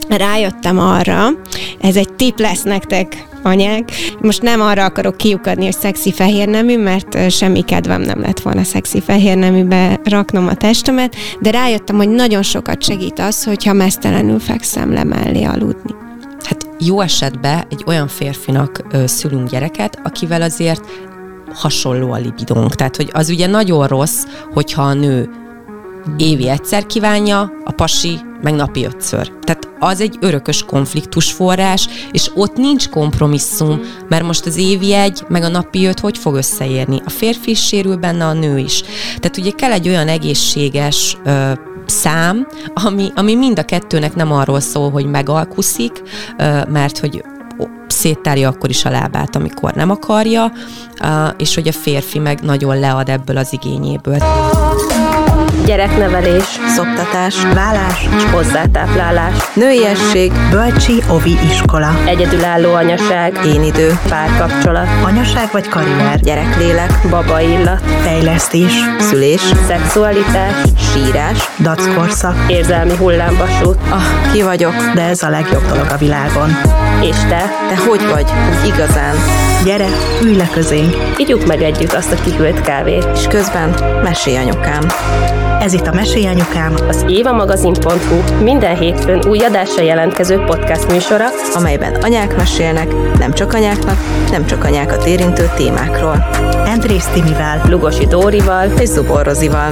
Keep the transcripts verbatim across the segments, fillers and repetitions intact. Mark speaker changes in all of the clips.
Speaker 1: rájöttem arra, ez egy tipp lesz nektek, anyák. Most nem arra akarok kiukadni, hogy szexi fehérnemű, mert semmi kedvem nem lett volna szexi fehérneműbe raknom a testemet, de rájöttem, hogy nagyon sokat segít az, hogyha meztelenül fekszem le mellé aludni.
Speaker 2: Hát jó esetben egy olyan férfinak ö, szülünk gyereket, akivel azért hasonló a libidónk. Tehát, hogy az ugye nagyon rossz, hogyha a nő évi egyszer kívánja, a pasi meg napi ötször. Tehát az egy örökös konfliktus forrás, és ott nincs kompromisszum, mert most az évi egy, meg a napi öt hogy fog összeérni? A férfi is sérül benne, a nő is. Tehát ugye kell egy olyan egészséges ö, szám, ami, ami mind a kettőnek nem arról szól, hogy megalkuszik, ö, mert hogy széttárja akkor is a lábát, amikor nem akarja, és hogy a férfi meg nagyon lead ebből az igényéből.
Speaker 3: Gyereknevelés, szoptatás, vállás és hozzátáplálás, nőiesség,
Speaker 4: bölcsi ovi iskola,
Speaker 3: egyedülálló anyaság,
Speaker 4: énidő,
Speaker 3: párkapcsolat,
Speaker 4: anyaság vagy karrier,
Speaker 3: gyereklélek, babaillat,
Speaker 4: fejlesztés,
Speaker 3: szülés, szexualitás,
Speaker 4: sírás, dackorszak,
Speaker 3: érzelmi hullámvasút.
Speaker 4: Ah, ki vagyok, de ez a legjobb dolog a világon.
Speaker 3: És te?
Speaker 4: Te hogy vagy? Igazán? Gyere, ülj le közénk.
Speaker 3: Igyuk meg együtt azt a kihűlt kávét.
Speaker 4: És közben mesélj anyukám. Ez itt a Mesélj Anyukám,
Speaker 3: az évamagazin pont hu minden hétfőn új adásra jelentkező podcast műsora,
Speaker 4: amelyben anyák mesélnek, nem csak anyáknak, nem csak anyákat érintő témákról. Andrész Timivel,
Speaker 3: Lugosi Dórival
Speaker 4: és Zubor Rozival.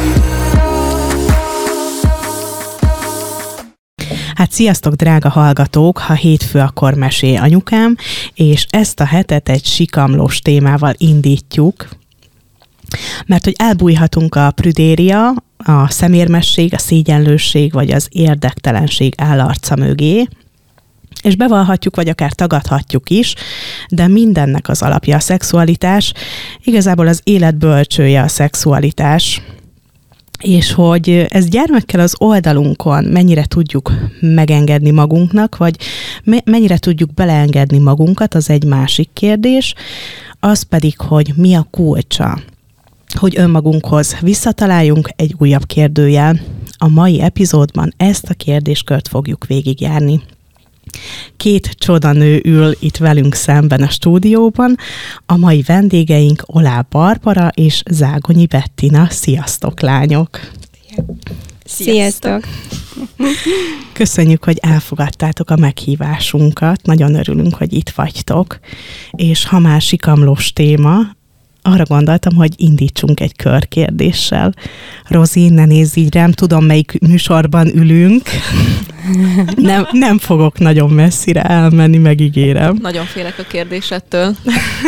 Speaker 4: Hát sziasztok, drága hallgatók! Ha hétfő, akkor Mesélj Anyukám, és ezt a hetet egy sikamlós témával indítjuk, mert hogy elbújhatunk a prüdéria, a szemérmesség, a szégyenlőség vagy az érdektelenség állarca mögé, és bevallhatjuk, vagy akár tagadhatjuk is, de mindennek az alapja a szexualitás, igazából az élet bölcsője a szexualitás, és hogy ez gyermekkel az oldalunkon mennyire tudjuk megengedni magunknak, vagy mennyire tudjuk beleengedni magunkat, az egy másik kérdés, az pedig, hogy mi a kulcsa, hogy önmagunkhoz visszataláljunk, egy újabb kérdőjel. A mai epizódban ezt a kérdéskört fogjuk végigjárni. Két csodanő ül itt velünk szemben a stúdióban. A mai vendégeink Olá Barbara és Zágonyi Bettina. Sziasztok, lányok!
Speaker 1: Sziasztok!
Speaker 4: Köszönjük, hogy elfogadtátok a meghívásunkat. Nagyon örülünk, hogy itt vagytok. És ha már sikamlós téma, arra gondoltam, hogy indítsunk egy körkérdéssel. Rozi, ne nézz így rám, tudom, melyik műsorban ülünk. Nem, nem fogok nagyon messzire elmenni, megígérem.
Speaker 5: Nagyon félek a kérdésettől.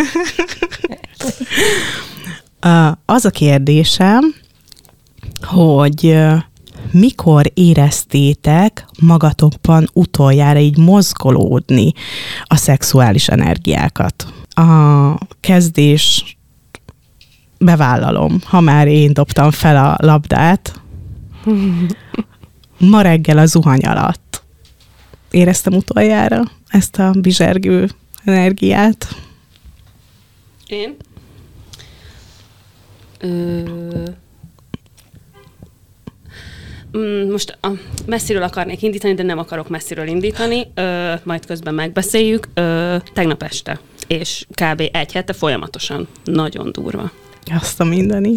Speaker 4: Az a kérdésem, hogy mikor éreztétek magatokban utoljára így mozgolódni a szexuális energiákat? A kezdés bevállalom, ha már én dobtam fel a labdát. Ma reggel a zuhany alatt éreztem utoljára ezt a bizsergő energiát.
Speaker 6: Én? Ö... Most a messziről akarnék indítani, de nem akarok messziről indítani, ö, majd közben megbeszéljük. Ö, tegnap este, és kb. Egy hete folyamatosan. Nagyon durva.
Speaker 4: Azt a mindeni.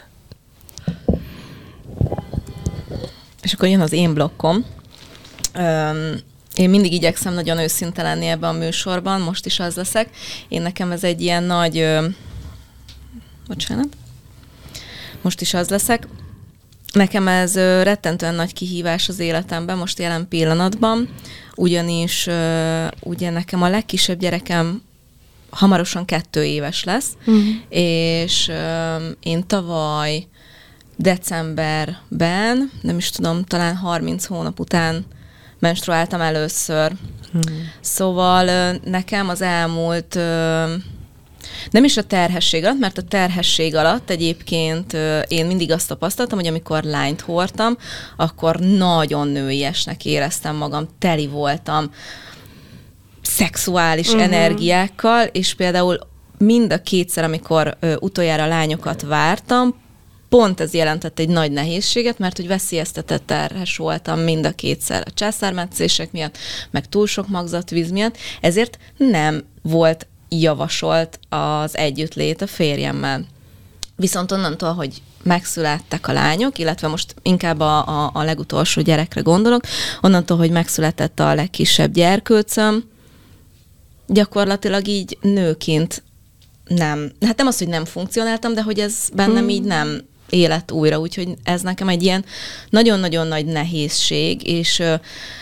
Speaker 5: És akkor jön az én blokkom. Öm, én mindig igyekszem nagyon őszinte lenni ebben a műsorban, most is az leszek. Én nekem ez egy ilyen nagy... Ö, bocsánat. Most is az leszek. Nekem ez ö, rettentően nagy kihívás az életemben, most jelen pillanatban, ugyanis ö, ugye nekem a legkisebb gyerekem hamarosan kettő éves lesz, uh-huh. és ö, én tavaly decemberben, nem is tudom, talán harminc hónap után menstruáltam először. Uh-huh. Szóval ö, nekem az elmúlt... Ö, Nem is a terhesség alatt, mert a terhesség alatt egyébként én mindig azt tapasztaltam, hogy amikor lányt hordtam, akkor nagyon nőiesnek éreztem magam, teli voltam szexuális uh-huh. energiákkal, és például mind a kétszer, amikor utoljára lányokat vártam, pont ez jelentett egy nagy nehézséget, mert hogy veszélyeztetett terhes voltam mind a kétszer a császármetszések miatt, meg túl sok magzatvíz miatt, ezért nem volt javasolt az együttlét a férjemmel. Viszont onnantól, hogy megszülettek a lányok, illetve most inkább a, a, a legutolsó gyerekre gondolok, onnantól, hogy megszületett a legkisebb gyerkőcöm, gyakorlatilag így nőként nem, hát nem az, hogy nem funkcionáltam, de hogy ez bennem mm. így nem élet újra, úgyhogy ez nekem egy ilyen nagyon-nagyon nagy nehézség, és ö,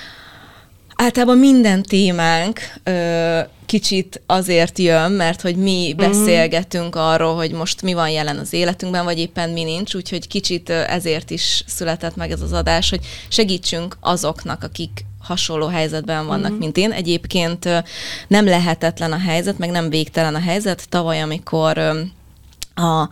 Speaker 5: általában minden témánk ö, kicsit azért jön, mert hogy mi beszélgetünk arról, hogy most mi van jelen az életünkben, vagy éppen mi nincs, úgyhogy kicsit ezért is született meg ez az adás, hogy segítsünk azoknak, akik hasonló helyzetben vannak, uh-huh. mint én. Egyébként nem lehetetlen a helyzet, meg nem végtelen a helyzet. Tavaly, amikor a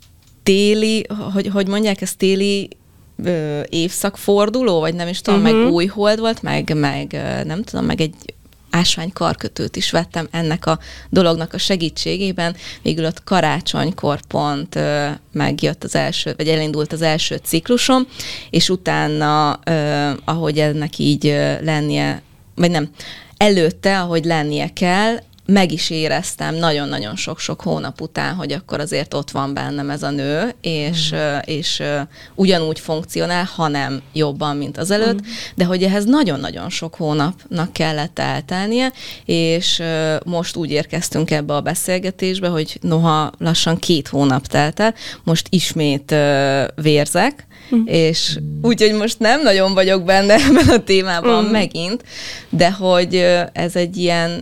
Speaker 5: téli, hogy, hogy mondják, ez téli ö, évszakforduló, vagy nem is tudom, uh-huh. meg új hold volt, meg, meg nem tudom, meg egy ásvány karkötőt is vettem ennek a dolognak a segítségében. Végül ott karácsonykor pont ö, megjött az első, vagy elindult az első ciklusom, és utána, ö, ahogy ennek így ö, lennie, vagy nem, előtte, ahogy lennie kell, meg is éreztem nagyon-nagyon sok-sok hónap után, hogy akkor azért ott van bennem ez a nő, és, mm. és ugyanúgy funkcionál, hanem jobban, mint az előtt, mm. de hogy ehhez nagyon-nagyon sok hónapnak kellett eltelnie, és most úgy érkeztünk ebbe a beszélgetésbe, hogy noha lassan két hónap telt el, most ismét vérzek, Mm. és úgyhogy most nem nagyon vagyok benne ebben a témában mm. megint, de hogy ez egy ilyen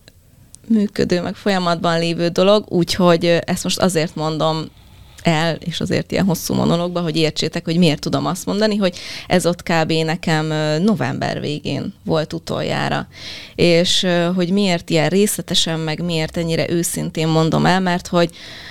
Speaker 5: működő, meg folyamatban lévő dolog, úgyhogy ezt most azért mondom el, és azért ilyen hosszú monológba, hogy értsétek, hogy miért tudom azt mondani, hogy ez ott kb. Nekem november végén volt utoljára. És hogy miért ilyen részletesen, meg miért ennyire őszintén mondom el, mert hogy,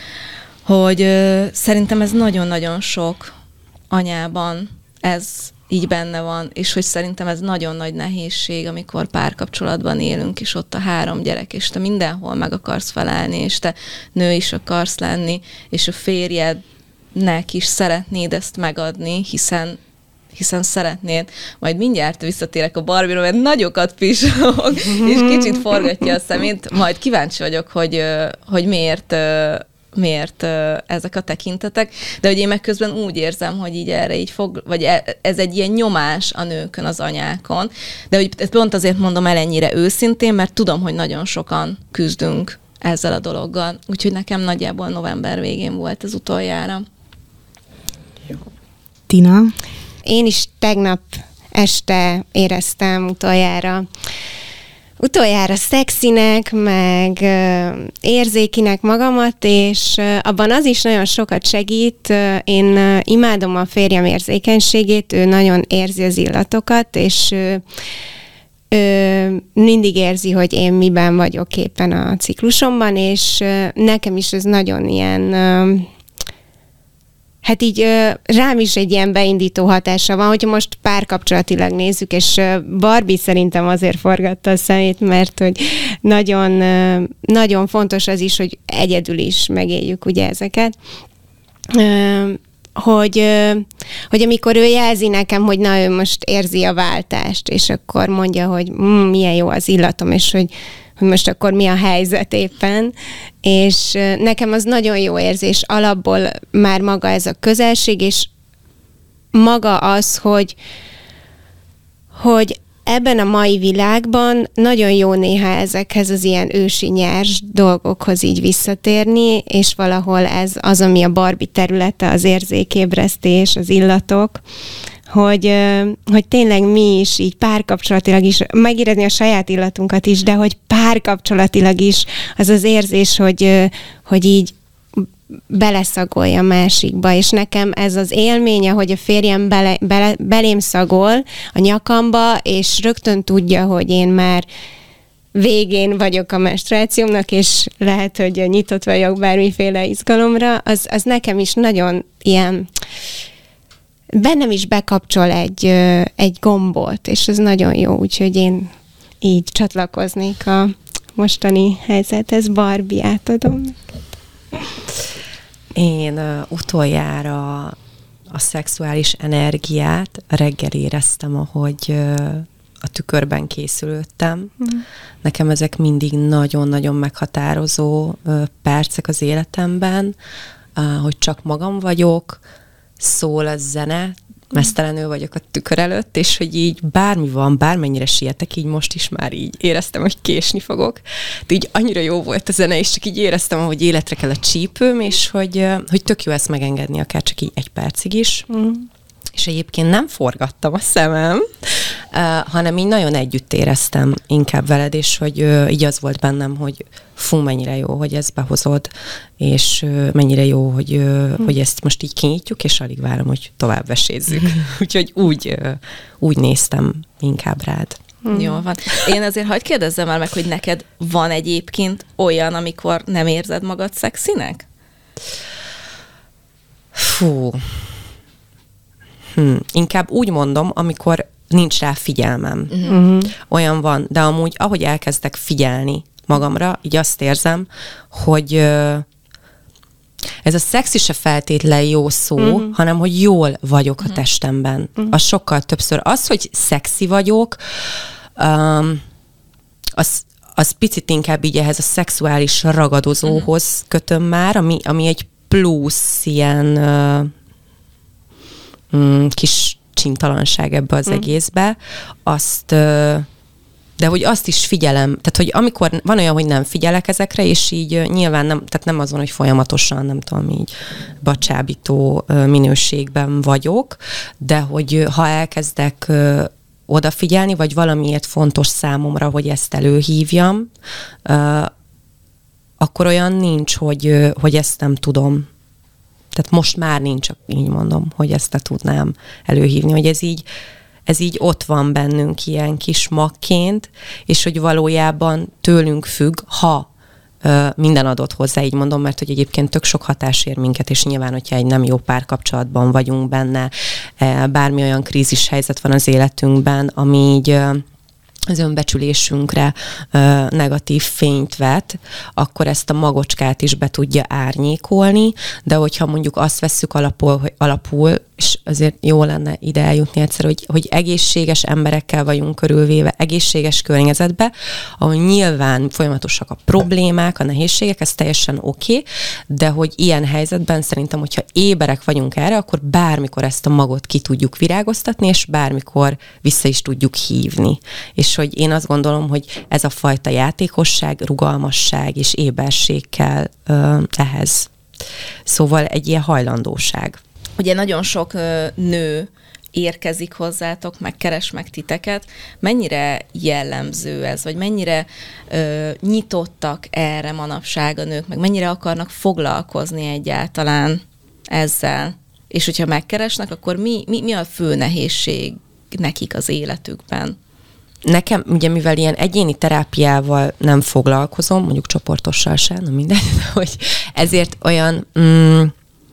Speaker 5: hogy szerintem ez nagyon-nagyon sok anyában ez így benne van, és hogy szerintem ez nagyon nagy nehézség, amikor párkapcsolatban élünk, és ott a három gyerek, és te mindenhol meg akarsz felelni, és te nő is akarsz lenni, és a férjednek is szeretnéd ezt megadni, hiszen hiszen szeretnéd. Majd mindjárt visszatérek a Barbie-ról, mert nagyokat pislog, és kicsit forgatja a szemét. Majd kíváncsi vagyok, hogy, hogy miért miért uh, ezek a tekintetek, de hogy én meg közben úgy érzem, hogy így erre így fog, vagy ez egy ilyen nyomás a nőkön, az anyákon, de hogy pont azért mondom el ennyire őszintén, mert tudom, hogy nagyon sokan küzdünk ezzel a dologgal, úgyhogy nekem nagyjából november végén volt az utoljára.
Speaker 4: Tina?
Speaker 1: Én is tegnap este éreztem utoljára utoljára szexinek, meg uh, érzékinek magamat, és uh, abban az is nagyon sokat segít. Uh, én uh, imádom a férjem érzékenységét, ő nagyon érzi az illatokat, és uh, ő mindig érzi, hogy én miben vagyok éppen a ciklusomban, és uh, nekem is ez nagyon ilyen... Uh, Hát így rám is egy ilyen beindító hatása van, hogyha most párkapcsolatilag nézzük, és Barbie szerintem azért forgatta a szemét, mert hogy nagyon, nagyon fontos az is, hogy egyedül is megéljük ugye ezeket. Hogy, hogy amikor ő jelzi nekem, hogy na, ő most érzi a váltást, és akkor mondja, hogy mm, milyen jó az illatom, és hogy hogy most akkor mi a helyzet éppen, és nekem az nagyon jó érzés, alapból már maga ez a közelség, és maga az, hogy, hogy ebben a mai világban nagyon jó néha ezekhez az ilyen ősi nyers dolgokhoz így visszatérni, és valahol ez az, ami a Barbie területe, az érzékébresztés, az illatok, hogy, hogy tényleg mi is így párkapcsolatilag is, megérezni a saját illatunkat is, de hogy párkapcsolatilag is az az érzés, hogy, hogy így beleszagolja a másikba, és nekem ez az élménye, hogy a férjem bele, bele, belém szagol a nyakamba, és rögtön tudja, hogy én már végén vagyok a menstruációmnak, és lehet, hogy nyitott vagyok bármiféle izgalomra, az, az nekem is nagyon ilyen bennem is bekapcsol egy, egy gombot, és ez nagyon jó, úgyhogy én így csatlakoznék a mostani helyzethez. Barbie, átadom.
Speaker 2: Én uh, utoljára a szexuális energiát reggel éreztem, ahogy uh, a tükörben készülődtem. Mm. Nekem ezek mindig nagyon-nagyon meghatározó uh, percek az életemben, uh, hogy csak magam vagyok, szól a zene, meztelenül vagyok a tükör előtt, és hogy így bármi van, bármennyire sietek, így most is már így éreztem, hogy késni fogok. De így annyira jó volt a zene, és csak így éreztem, hogy életre kell a csípőm, és hogy, hogy tök jó ezt megengedni, akár csak így egy percig is. Mm. És egyébként nem forgattam a szemem, uh, hanem így nagyon együtt éreztem inkább veled, és hogy uh, így az volt bennem, hogy fú, mennyire jó, hogy ezt behozod, és uh, mennyire jó, hogy, uh, hmm. hogy ezt most így kinyitjuk, és alig várom, hogy tovább vesézzük. Úgyhogy úgy, uh, úgy néztem inkább rád.
Speaker 5: Hmm. Jó van. Én azért hagyd kérdezzem már meg, hogy neked van egyébként olyan, amikor nem érzed magad szexinek?
Speaker 2: Fú... Hmm. Inkább úgy mondom, amikor nincs rá figyelmem. Uh-huh. Olyan van, de amúgy, ahogy elkezdek figyelni magamra, így azt érzem, hogy uh, ez a szexi se feltétlen jó szó, uh-huh. hanem hogy jól vagyok uh-huh. a testemben. Uh-huh. Az sokkal többször. Az, hogy szexi vagyok, um, az, az picit inkább így ehhez a szexuális ragadozóhoz uh-huh. kötöm már, ami, ami egy plusz ilyen... Uh, Mm, kis csintalanság ebbe az mm. egészbe, azt, de hogy azt is figyelem, tehát hogy amikor van olyan, hogy nem figyelek ezekre, és így nyilván nem, tehát nem az van, hogy folyamatosan, nem tudom, így bacsábító minőségben vagyok, de hogy ha elkezdek odafigyelni, vagy valamiért fontos számomra, hogy ezt előhívjam, akkor olyan nincs, hogy, hogy ezt nem tudom. Tehát most már nincs, így mondom, hogy ezt ne tudnám előhívni, hogy ez így, ez így ott van bennünk ilyen kis magként, és hogy valójában tőlünk függ, ha ö, minden adott hozzá, így mondom, mert hogy egyébként tök sok hatás ér minket, és nyilván, hogyha egy nem jó párkapcsolatban vagyunk benne, bármi olyan krízis helyzet van az életünkben, ami így... az önbecsülésünkre ö, negatív fényt vet, akkor ezt a magocskát is be tudja árnyékolni, de hogyha mondjuk azt vesszük alapul, hogy alapul, és azért jó lenne ide eljutni egyszer, hogy, hogy egészséges emberekkel vagyunk körülvéve, egészséges környezetbe, ahol nyilván folyamatosak a problémák, a nehézségek, ez teljesen oké, okay, de hogy ilyen helyzetben szerintem, hogyha éberek vagyunk erre, akkor bármikor ezt a magot ki tudjuk virágoztatni, és bármikor vissza is tudjuk hívni. És hogy én azt gondolom, hogy ez a fajta játékosság, rugalmasság és éberség kell ö, ehhez. Szóval egy ilyen hajlandóság.
Speaker 5: Ugye nagyon sok ö, nő érkezik hozzátok, meg keres meg titeket. Mennyire jellemző ez, vagy mennyire ö, nyitottak erre manapság a nők, meg mennyire akarnak foglalkozni egyáltalán ezzel? És hogyha megkeresnek, akkor mi, mi, mi a fő nehézség nekik az életükben?
Speaker 2: Nekem, ugye mivel ilyen egyéni terápiával nem foglalkozom, mondjuk csoportossal sem, na mindegy, hogy ezért olyan... Mm,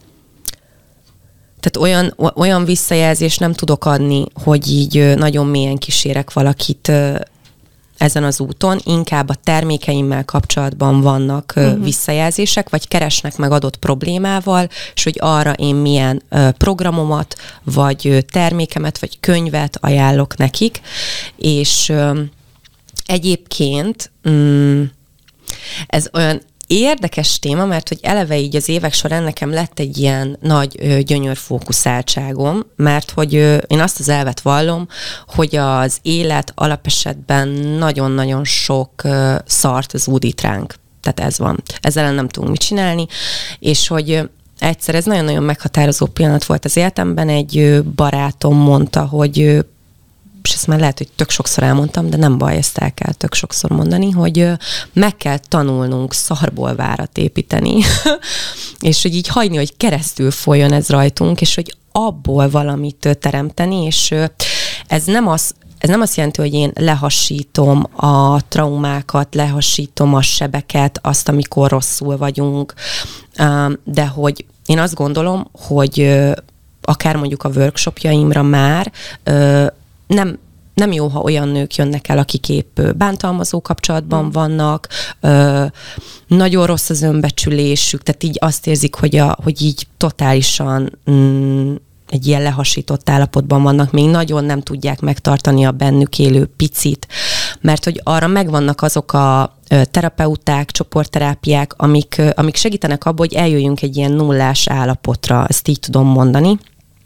Speaker 2: tehát olyan, olyan visszajelzést nem tudok adni, hogy így nagyon mélyen kísérek valakit ezen az úton, inkább a termékeimmel kapcsolatban vannak uh-huh. visszajelzések, vagy keresnek meg adott problémával, és hogy arra én milyen programomat, vagy termékemet, vagy könyvet ajánlok nekik, és egyébként mm, ez olyan érdekes téma, mert hogy eleve így az évek során nekem lett egy ilyen nagy ö, gyönyörfókuszáltságom, mert hogy ö, én azt az elvet vallom, hogy az élet alapesetben nagyon-nagyon sok ö, szart zúdít ránk. Tehát ez van. Ezzel nem tudunk mit csinálni, és hogy ö, egyszer ez nagyon-nagyon meghatározó pillanat volt az életemben, egy ö, barátom mondta, hogy ö, és ezt már lehet, hogy tök sokszor elmondtam, de nem baj, ezt el kell tök sokszor mondani, hogy meg kell tanulnunk szarból várat építeni, és hogy így hagyni, hogy keresztül folyjon ez rajtunk, és hogy abból valamit teremteni, és ez nem az, ez nem azt jelenti, hogy én lehassítom a traumákat, lehassítom a sebeket, azt, amikor rosszul vagyunk, de hogy én azt gondolom, hogy akár mondjuk a workshopjaimra már nem, nem jó, ha olyan nők jönnek el, akik épp bántalmazó kapcsolatban mm. vannak, ö, nagyon rossz az önbecsülésük, tehát így azt érzik, hogy, a, hogy így totálisan mm, egy ilyen lehasított állapotban vannak, még nagyon nem tudják megtartani a bennük élő picit, mert hogy arra megvannak azok a terapeuták, csoportterápiák, amik, amik segítenek abban, hogy eljöjjünk egy ilyen nullás állapotra, ezt így tudom mondani.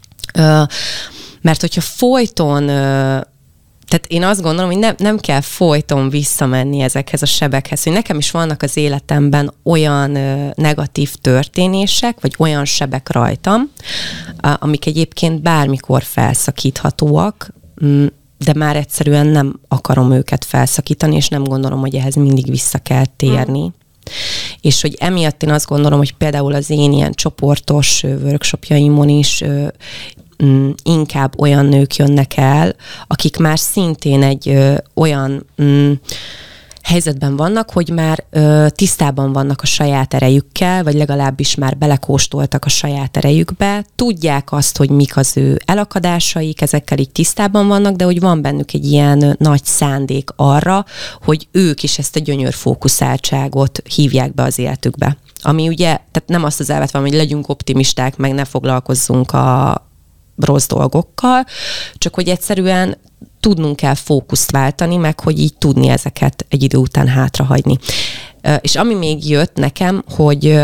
Speaker 2: Mert hogyha folyton, tehát én azt gondolom, hogy nem, nem kell folyton visszamenni ezekhez a sebekhez, hogy nekem is vannak az életemben olyan negatív történések, vagy olyan sebek rajtam, amik egyébként bármikor felszakíthatóak, de már egyszerűen nem akarom őket felszakítani, és nem gondolom, hogy ehhez mindig vissza kell térni. Mm. És hogy emiatt én azt gondolom, hogy például az én ilyen csoportos workshopjaimon is mm, inkább olyan nők jönnek el, akik már szintén egy ö, olyan mm, helyzetben vannak, hogy már ö, tisztában vannak a saját erejükkel, vagy legalábbis már belekóstoltak a saját erejükbe, tudják azt, hogy mik az ő elakadásaik, ezekkel így tisztában vannak, de hogy van bennük egy ilyen nagy szándék arra, hogy ők is ezt a gyönyörfókuszáltságot hívják be az életükbe. Ami ugye, tehát nem azt az elvet van, hogy legyünk optimisták, meg ne foglalkozzunk a rossz dolgokkal, csak hogy egyszerűen tudnunk kell fókuszt váltani, meg hogy így tudni ezeket egy idő után hátrahagyni. És ami még jött nekem, hogy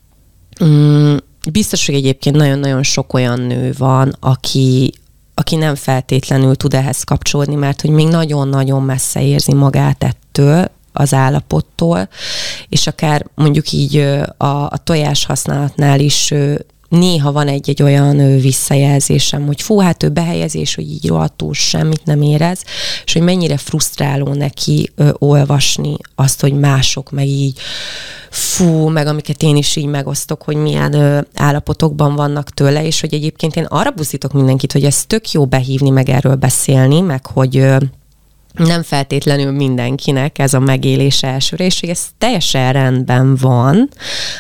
Speaker 2: um, biztos, hogy egyébként nagyon-nagyon sok olyan nő van, aki, aki nem feltétlenül tud ehhez kapcsolódni, mert hogy még nagyon-nagyon messze érzi magát ettől, az állapottól, és akár mondjuk így a, a tojás használatnál is néha van egy-egy olyan visszajelzésem, hogy fú, hát ő behelyezés, hogy így rohadtul semmit nem érez, és hogy mennyire frusztráló neki ö, olvasni azt, hogy mások meg így fú, meg amiket én is így megosztok, hogy milyen ö, állapotokban vannak tőle, és hogy egyébként én arra buzdítok mindenkit, hogy ez tök jó behívni, meg erről beszélni, meg hogy ö, nem feltétlenül mindenkinek ez a megélés elsőre, és hogy ez teljesen rendben van,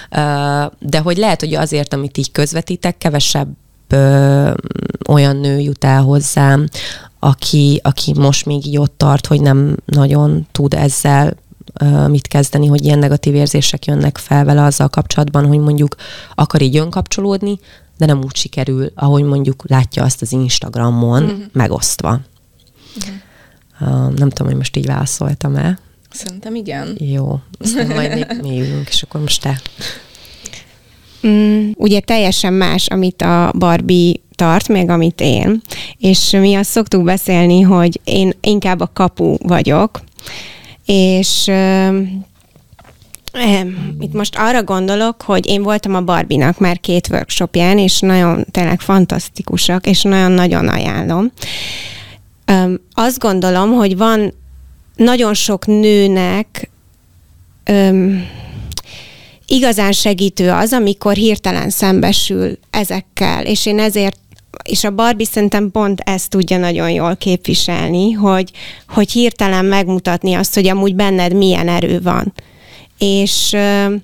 Speaker 2: de hogy lehet, hogy azért, amit így közvetítek, kevesebb olyan nő jut el hozzám, aki, aki most még így ott tart, hogy nem nagyon tud ezzel mit kezdeni, hogy ilyen negatív érzések jönnek fel vele azzal kapcsolatban, hogy mondjuk akar így önkapcsolódni, de nem úgy sikerül, ahogy mondjuk látja azt az Instagramon mm-hmm. megosztva. Mm-hmm. Uh, nem tudom, hogy most így válaszoltam-e.
Speaker 5: Szerintem igen.
Speaker 2: Jó, aztán majd még mélyülünk, és akkor most te.
Speaker 1: Mm, ugye teljesen más, amit a Barbie tart, meg amit én. És mi azt szoktuk beszélni, hogy én inkább a kapu vagyok, és uh, itt most arra gondolok, hogy én voltam a Barbie-nak már két workshopján, és nagyon tényleg fantasztikusak, és nagyon-nagyon ajánlom. Um, azt gondolom, hogy van nagyon sok nőnek um, igazán segítő az, amikor hirtelen szembesül ezekkel, és én ezért, és a Barbie szerintem pont ezt tudja nagyon jól képviselni, hogy, hogy hirtelen megmutatni azt, hogy amúgy benned milyen erő van. És um,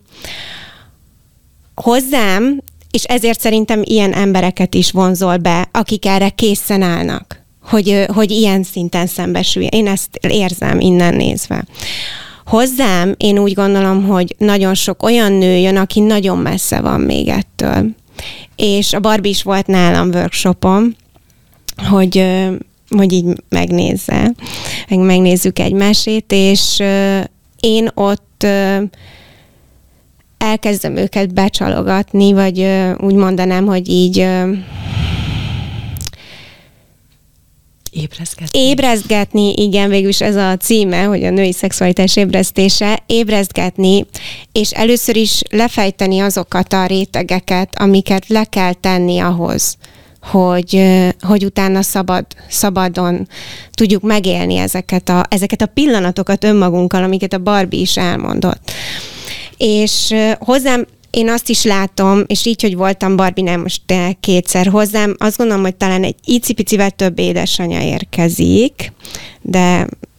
Speaker 1: hozzám, és ezért szerintem ilyen embereket is vonzol be, akik erre készen állnak. Hogy, hogy ilyen szinten szembesülj. Én ezt érzem innen nézve. Hozzám én úgy gondolom, hogy nagyon sok olyan nő jön, aki nagyon messze van még ettől. És a Barbie is volt nálam workshopom, hogy, hogy így megnézze, meg megnézzük egymásét, és én ott elkezdem őket becsalogatni, vagy úgy mondanám, hogy így
Speaker 2: Ébrezgetni.
Speaker 1: Ébrezgetni, igen, végülis ez a címe, hogy a női szexualitás ébresztése, ébrezgetni, és először is lefejteni azokat a rétegeket, amiket le kell tenni ahhoz, hogy, hogy utána szabad, szabadon tudjuk megélni ezeket a, ezeket a pillanatokat önmagunkkal, amiket a Barbie is elmondott. És hozzám én azt is látom, és így, hogy voltam Barbie-nál most kétszer hozzám, azt gondolom, hogy talán egy icipicivel több édesanyja érkezik, de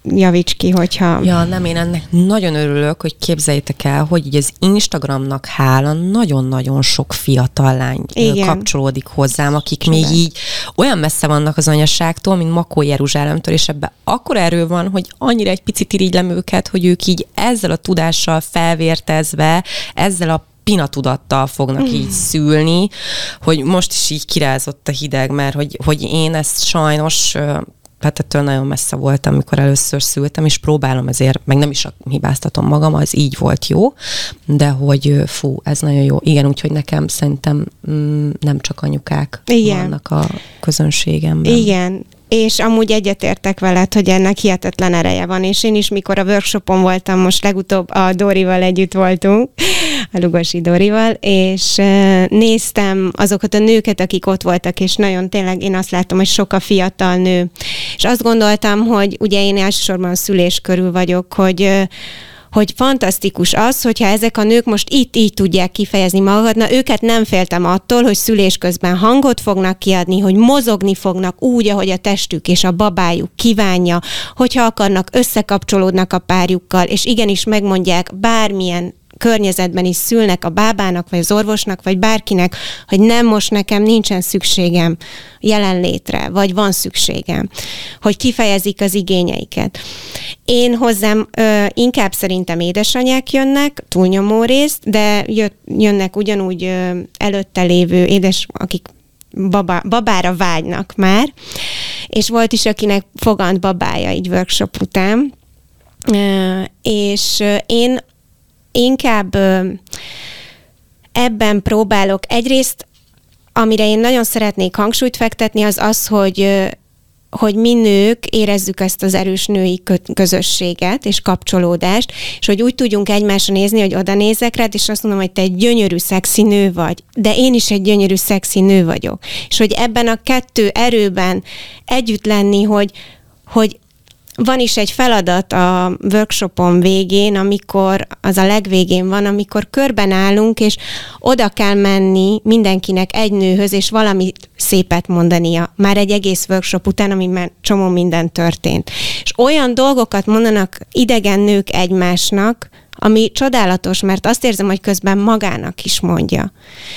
Speaker 1: javíts ki, hogyha...
Speaker 2: Ja, nem, én ennek nagyon örülök, hogy képzeljétek el, hogy így az Instagramnak hála nagyon-nagyon sok fiatal lány Igen. kapcsolódik hozzám, akik Csodál. még így olyan messze vannak az anyaságtól, mint Makó Jeruzsálemtől, és ebben akkor erő van, hogy annyira egy picit irigylem őket, hogy ők így ezzel a tudással felvértezve, ezzel a pinatudattal fognak mm. így szülni, hogy most is így kirázott a hideg, mert hogy, hogy én ezt sajnos... hát ettől nagyon messze voltam, amikor először szültem, és próbálom ezért, meg nem is hibáztatom magam, az így volt jó, de hogy fú, ez nagyon jó. Igen, úgyhogy nekem szerintem mm, nem csak anyukák Igen. vannak a közönségemben.
Speaker 1: Igen, és amúgy egyetértek veled, hogy ennek hihetetlen ereje van, és én is, mikor a workshopon voltam, most legutóbb a Dórival együtt voltunk, a Lugosi Dórival, és néztem azokat a nőket, akik ott voltak, és nagyon tényleg én azt láttam, hogy sok a fiatal nő. És azt gondoltam, hogy ugye én elsősorban a szülés körül vagyok, hogy hogy fantasztikus az, hogyha ezek a nők most itt így tudják kifejezni magukat, na őket nem féltem attól, hogy szülés közben hangot fognak kiadni, hogy mozogni fognak úgy, ahogy a testük és a babájuk kívánja, hogyha akarnak, összekapcsolódnak a párjukkal, és igenis megmondják bármilyen környezetben is szülnek a bábának, vagy az orvosnak, vagy bárkinek, hogy nem, most nekem nincsen szükségem jelenlétre, vagy van szükségem, hogy kifejezik az igényeiket. Én hozzám ö, inkább szerintem édesanyák jönnek, túlnyomó részt, de jött, jönnek ugyanúgy ö, előtte lévő édes, akik baba, babára vágynak már, és volt is, akinek fogant babája így workshop után, ö, és ö, én inkább ö, ebben próbálok. Egyrészt, amire én nagyon szeretnék hangsúlyt fektetni, az az, hogy, ö, hogy mi nők érezzük ezt az erős női közösséget és kapcsolódást, és hogy úgy tudjunk egymásra nézni, hogy oda nézek rád, és azt mondom, hogy te egy gyönyörű, szexi nő vagy, de én is egy gyönyörű, szexi nő vagyok. És hogy ebben a kettő erőben együtt lenni, hogy, hogy van is egy feladat a workshopon végén, amikor az a legvégén van, amikor körben állunk, és oda kell menni mindenkinek egy nőhöz, és valami szépet mondania. Már egy egész workshop után, amiben csomó minden történt. És olyan dolgokat mondanak idegen nők egymásnak, ami csodálatos, mert azt érzem, hogy közben magának is mondja.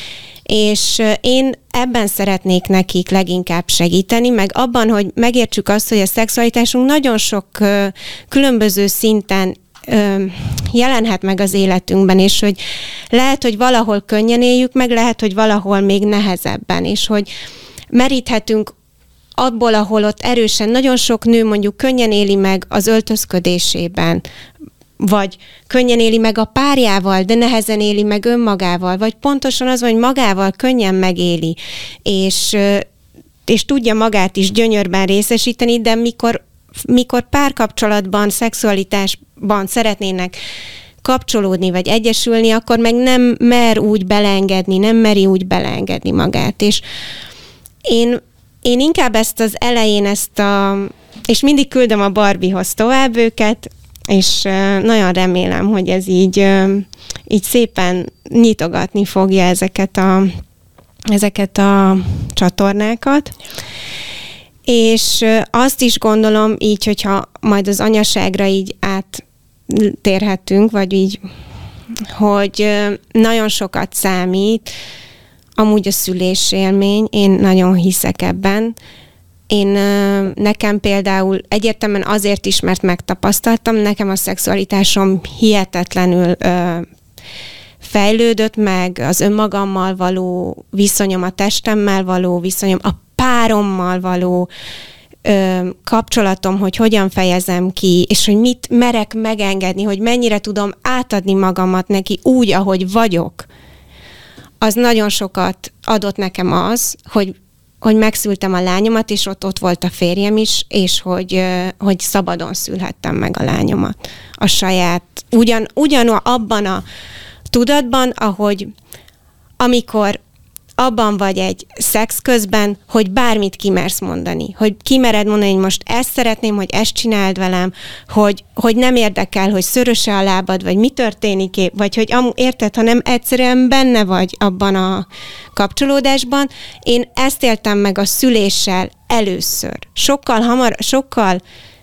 Speaker 1: És én ebben szeretnék nekik leginkább segíteni, meg abban, hogy megértsük azt, hogy a szexualitásunk nagyon sok különböző szinten jelenhet meg az életünkben, és hogy lehet, hogy valahol könnyen éljük meg, lehet, hogy valahol még nehezebben, és hogy meríthetünk abból, ahol ott erősen, nagyon sok nő mondjuk könnyen éli meg az öltözködésében, vagy könnyen éli meg a párjával, de nehezen éli meg önmagával, vagy pontosan az, hogy magával könnyen megéli, és, és tudja magát is gyönyörben részesíteni, de mikor, mikor párkapcsolatban, szexualitásban szeretnének kapcsolódni, vagy egyesülni, akkor meg nem mer úgy beleengedni, nem meri úgy beleengedni magát. És én, én inkább ezt az elején, ezt a, és mindig küldöm a Barbiehoz tovább őket, és nagyon remélem, hogy ez így, így szépen nyitogatni fogja ezeket a, ezeket a csatornákat. És azt is gondolom így, hogyha majd az anyaságra így áttérhetünk, vagy így, hogy nagyon sokat számít amúgy a szülésélmény, én nagyon hiszek ebben. Én, nekem például egyértelműen azért is, mert megtapasztaltam, nekem a szexualitásom hihetetlenül ö, fejlődött meg, az önmagammal való viszonyom, a testemmel való viszonyom, a párommal való ö, kapcsolatom, hogy hogyan fejezem ki, és hogy mit merek megengedni, hogy mennyire tudom átadni magamat neki úgy, ahogy vagyok. Az nagyon sokat adott nekem az, hogy hogy megszültem a lányomat, és ott, ott volt a férjem is, és hogy, hogy szabadon szülhettem meg a lányomat. A saját, ugyan, ugyan abban a tudatban, ahogy amikor abban vagy egy szex közben, hogy bármit kimersz mondani. Hogy kimered mondani, hogy most ezt szeretném, hogy ezt csináld velem, hogy, hogy nem érdekel, hogy szörös-e a lábad, vagy mi történik, vagy hogy am, érted, hanem egyszerűen benne vagy abban a kapcsolódásban. Én ezt éltem meg a szüléssel először. Sokkal hamar, sokkal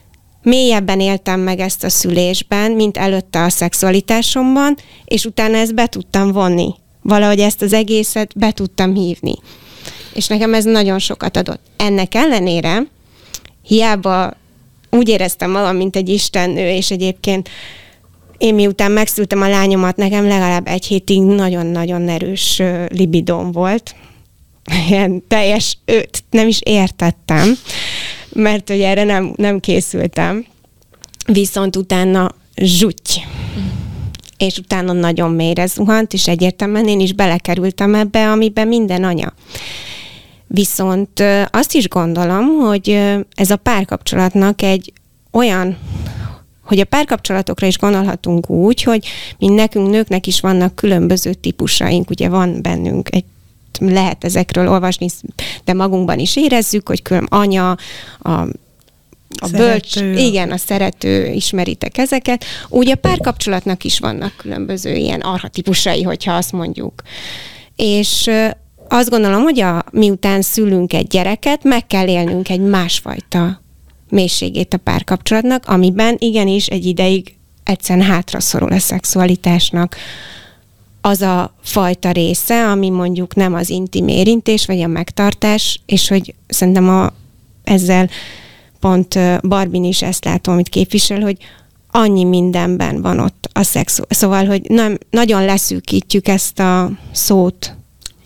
Speaker 1: mélyebben éltem meg ezt a szülésben, mint előtte a szexualitásomban, és utána ezt be tudtam vonni. Valahogy ezt az egészet be tudtam hívni. És nekem ez nagyon sokat adott. Ennek ellenére hiába úgy éreztem magam, mint egy istennő, és egyébként én miután megszültem a lányomat, nekem legalább egy hétig nagyon-nagyon erős libidóm volt. Ilyen teljes, őt nem is értettem, mert hogy erre nem, nem készültem. Viszont utána zsutty. És utána nagyon mélyre zuhant, és egyértelműen én is belekerültem ebbe, amiben minden anya. Viszont azt is gondolom, hogy ez a párkapcsolatnak egy olyan, hogy a párkapcsolatokra is gondolhatunk úgy, hogy mind nekünk nőknek is vannak különböző típusaink, ugye van bennünk egy, lehet ezekről olvasni, de magunkban is érezzük, hogy külön anya, a A bölcs, igen, a szerető, ismeritek ezeket. Úgy a párkapcsolatnak is vannak különböző ilyen archetípusai, hogyha azt mondjuk. És azt gondolom, hogy a, miután szülünk egy gyereket, meg kell élnünk egy másfajta mélységét a párkapcsolatnak, amiben igenis egy ideig egyszerűen hátraszorul a szexualitásnak az a fajta része, ami mondjuk nem az intim érintés, vagy a megtartás, és hogy szerintem a, ezzel pont Barbin is ezt látom, amit képvisel, hogy annyi mindenben van ott a szex. Szóval, hogy nem, nagyon leszűkítjük ezt a szót.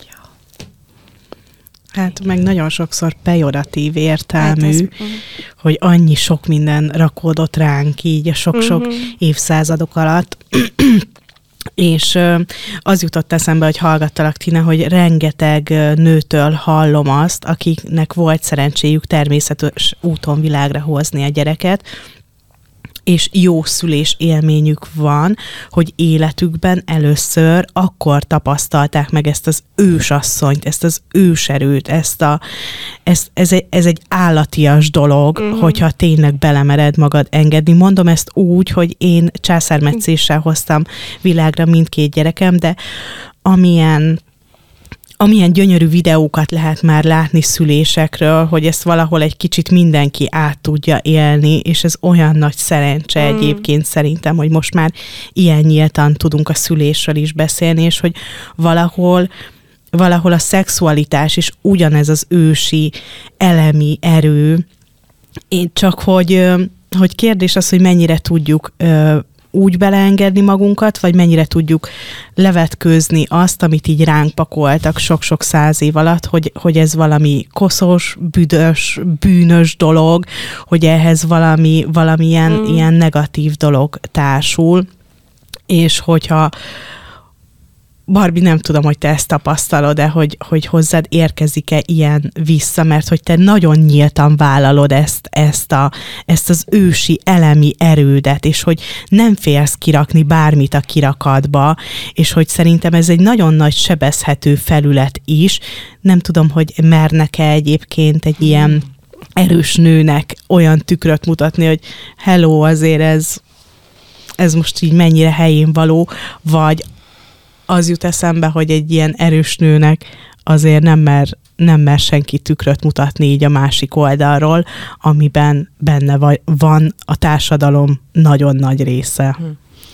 Speaker 4: Hát meg nagyon sokszor pejoratív értelmű, hát ez, hogy annyi sok minden rakódott ránk így a sok-sok uh-huh. évszázadok alatt. És az jutott eszembe, hogy hallgattalak, Tina, hogy rengeteg nőtől hallom azt, akiknek volt szerencséjük természetes úton világra hozni a gyereket, és jó szülés élményük van, hogy életükben először akkor tapasztalták meg ezt az ősasszonyt, ezt az őserőt, ezt a, ez, ez, egy, ez egy állatias dolog, uh-huh. hogyha tényleg belemered magad engedni. Mondom ezt úgy, hogy én császármetszéssel hoztam világra mindkét gyerekem, de amilyen amilyen gyönyörű videókat lehet már látni szülésekről, hogy ezt valahol egy kicsit mindenki át tudja élni, és ez olyan nagy szerencse mm. egyébként szerintem, hogy most már ilyen nyíltan tudunk a szülésről is beszélni, és hogy valahol, valahol a szexualitás is ugyanez az ősi elemi erő, én csak hogy, hogy kérdés az, hogy mennyire tudjuk úgy beleengedni magunkat, vagy mennyire tudjuk levetkőzni azt, amit így ránk pakoltak sok-sok száz év alatt, hogy, hogy ez valami koszos, büdös, bűnös dolog, hogy ehhez valami, valamilyen mm. ilyen negatív dolog társul, és hogyha Barbie, nem tudom, hogy te ezt tapasztalod-e, hogy, hogy hozzád érkezik-e ilyen vissza, mert hogy te nagyon nyíltan vállalod ezt, ezt, a, ezt az ősi elemi erődet, és hogy nem félsz kirakni bármit a kirakatba, és hogy szerintem ez egy nagyon nagy sebezhető felület is. Nem tudom, hogy mernek-e egyébként egy ilyen erős nőnek olyan tükröt mutatni, hogy hello, azért ez, ez most így mennyire helyén való, vagy az jut eszembe, hogy egy ilyen erős nőnek azért nem mer, nem mer senki tükröt mutatni így a másik oldalról, amiben benne vagy, van a társadalom nagyon nagy része. Hm.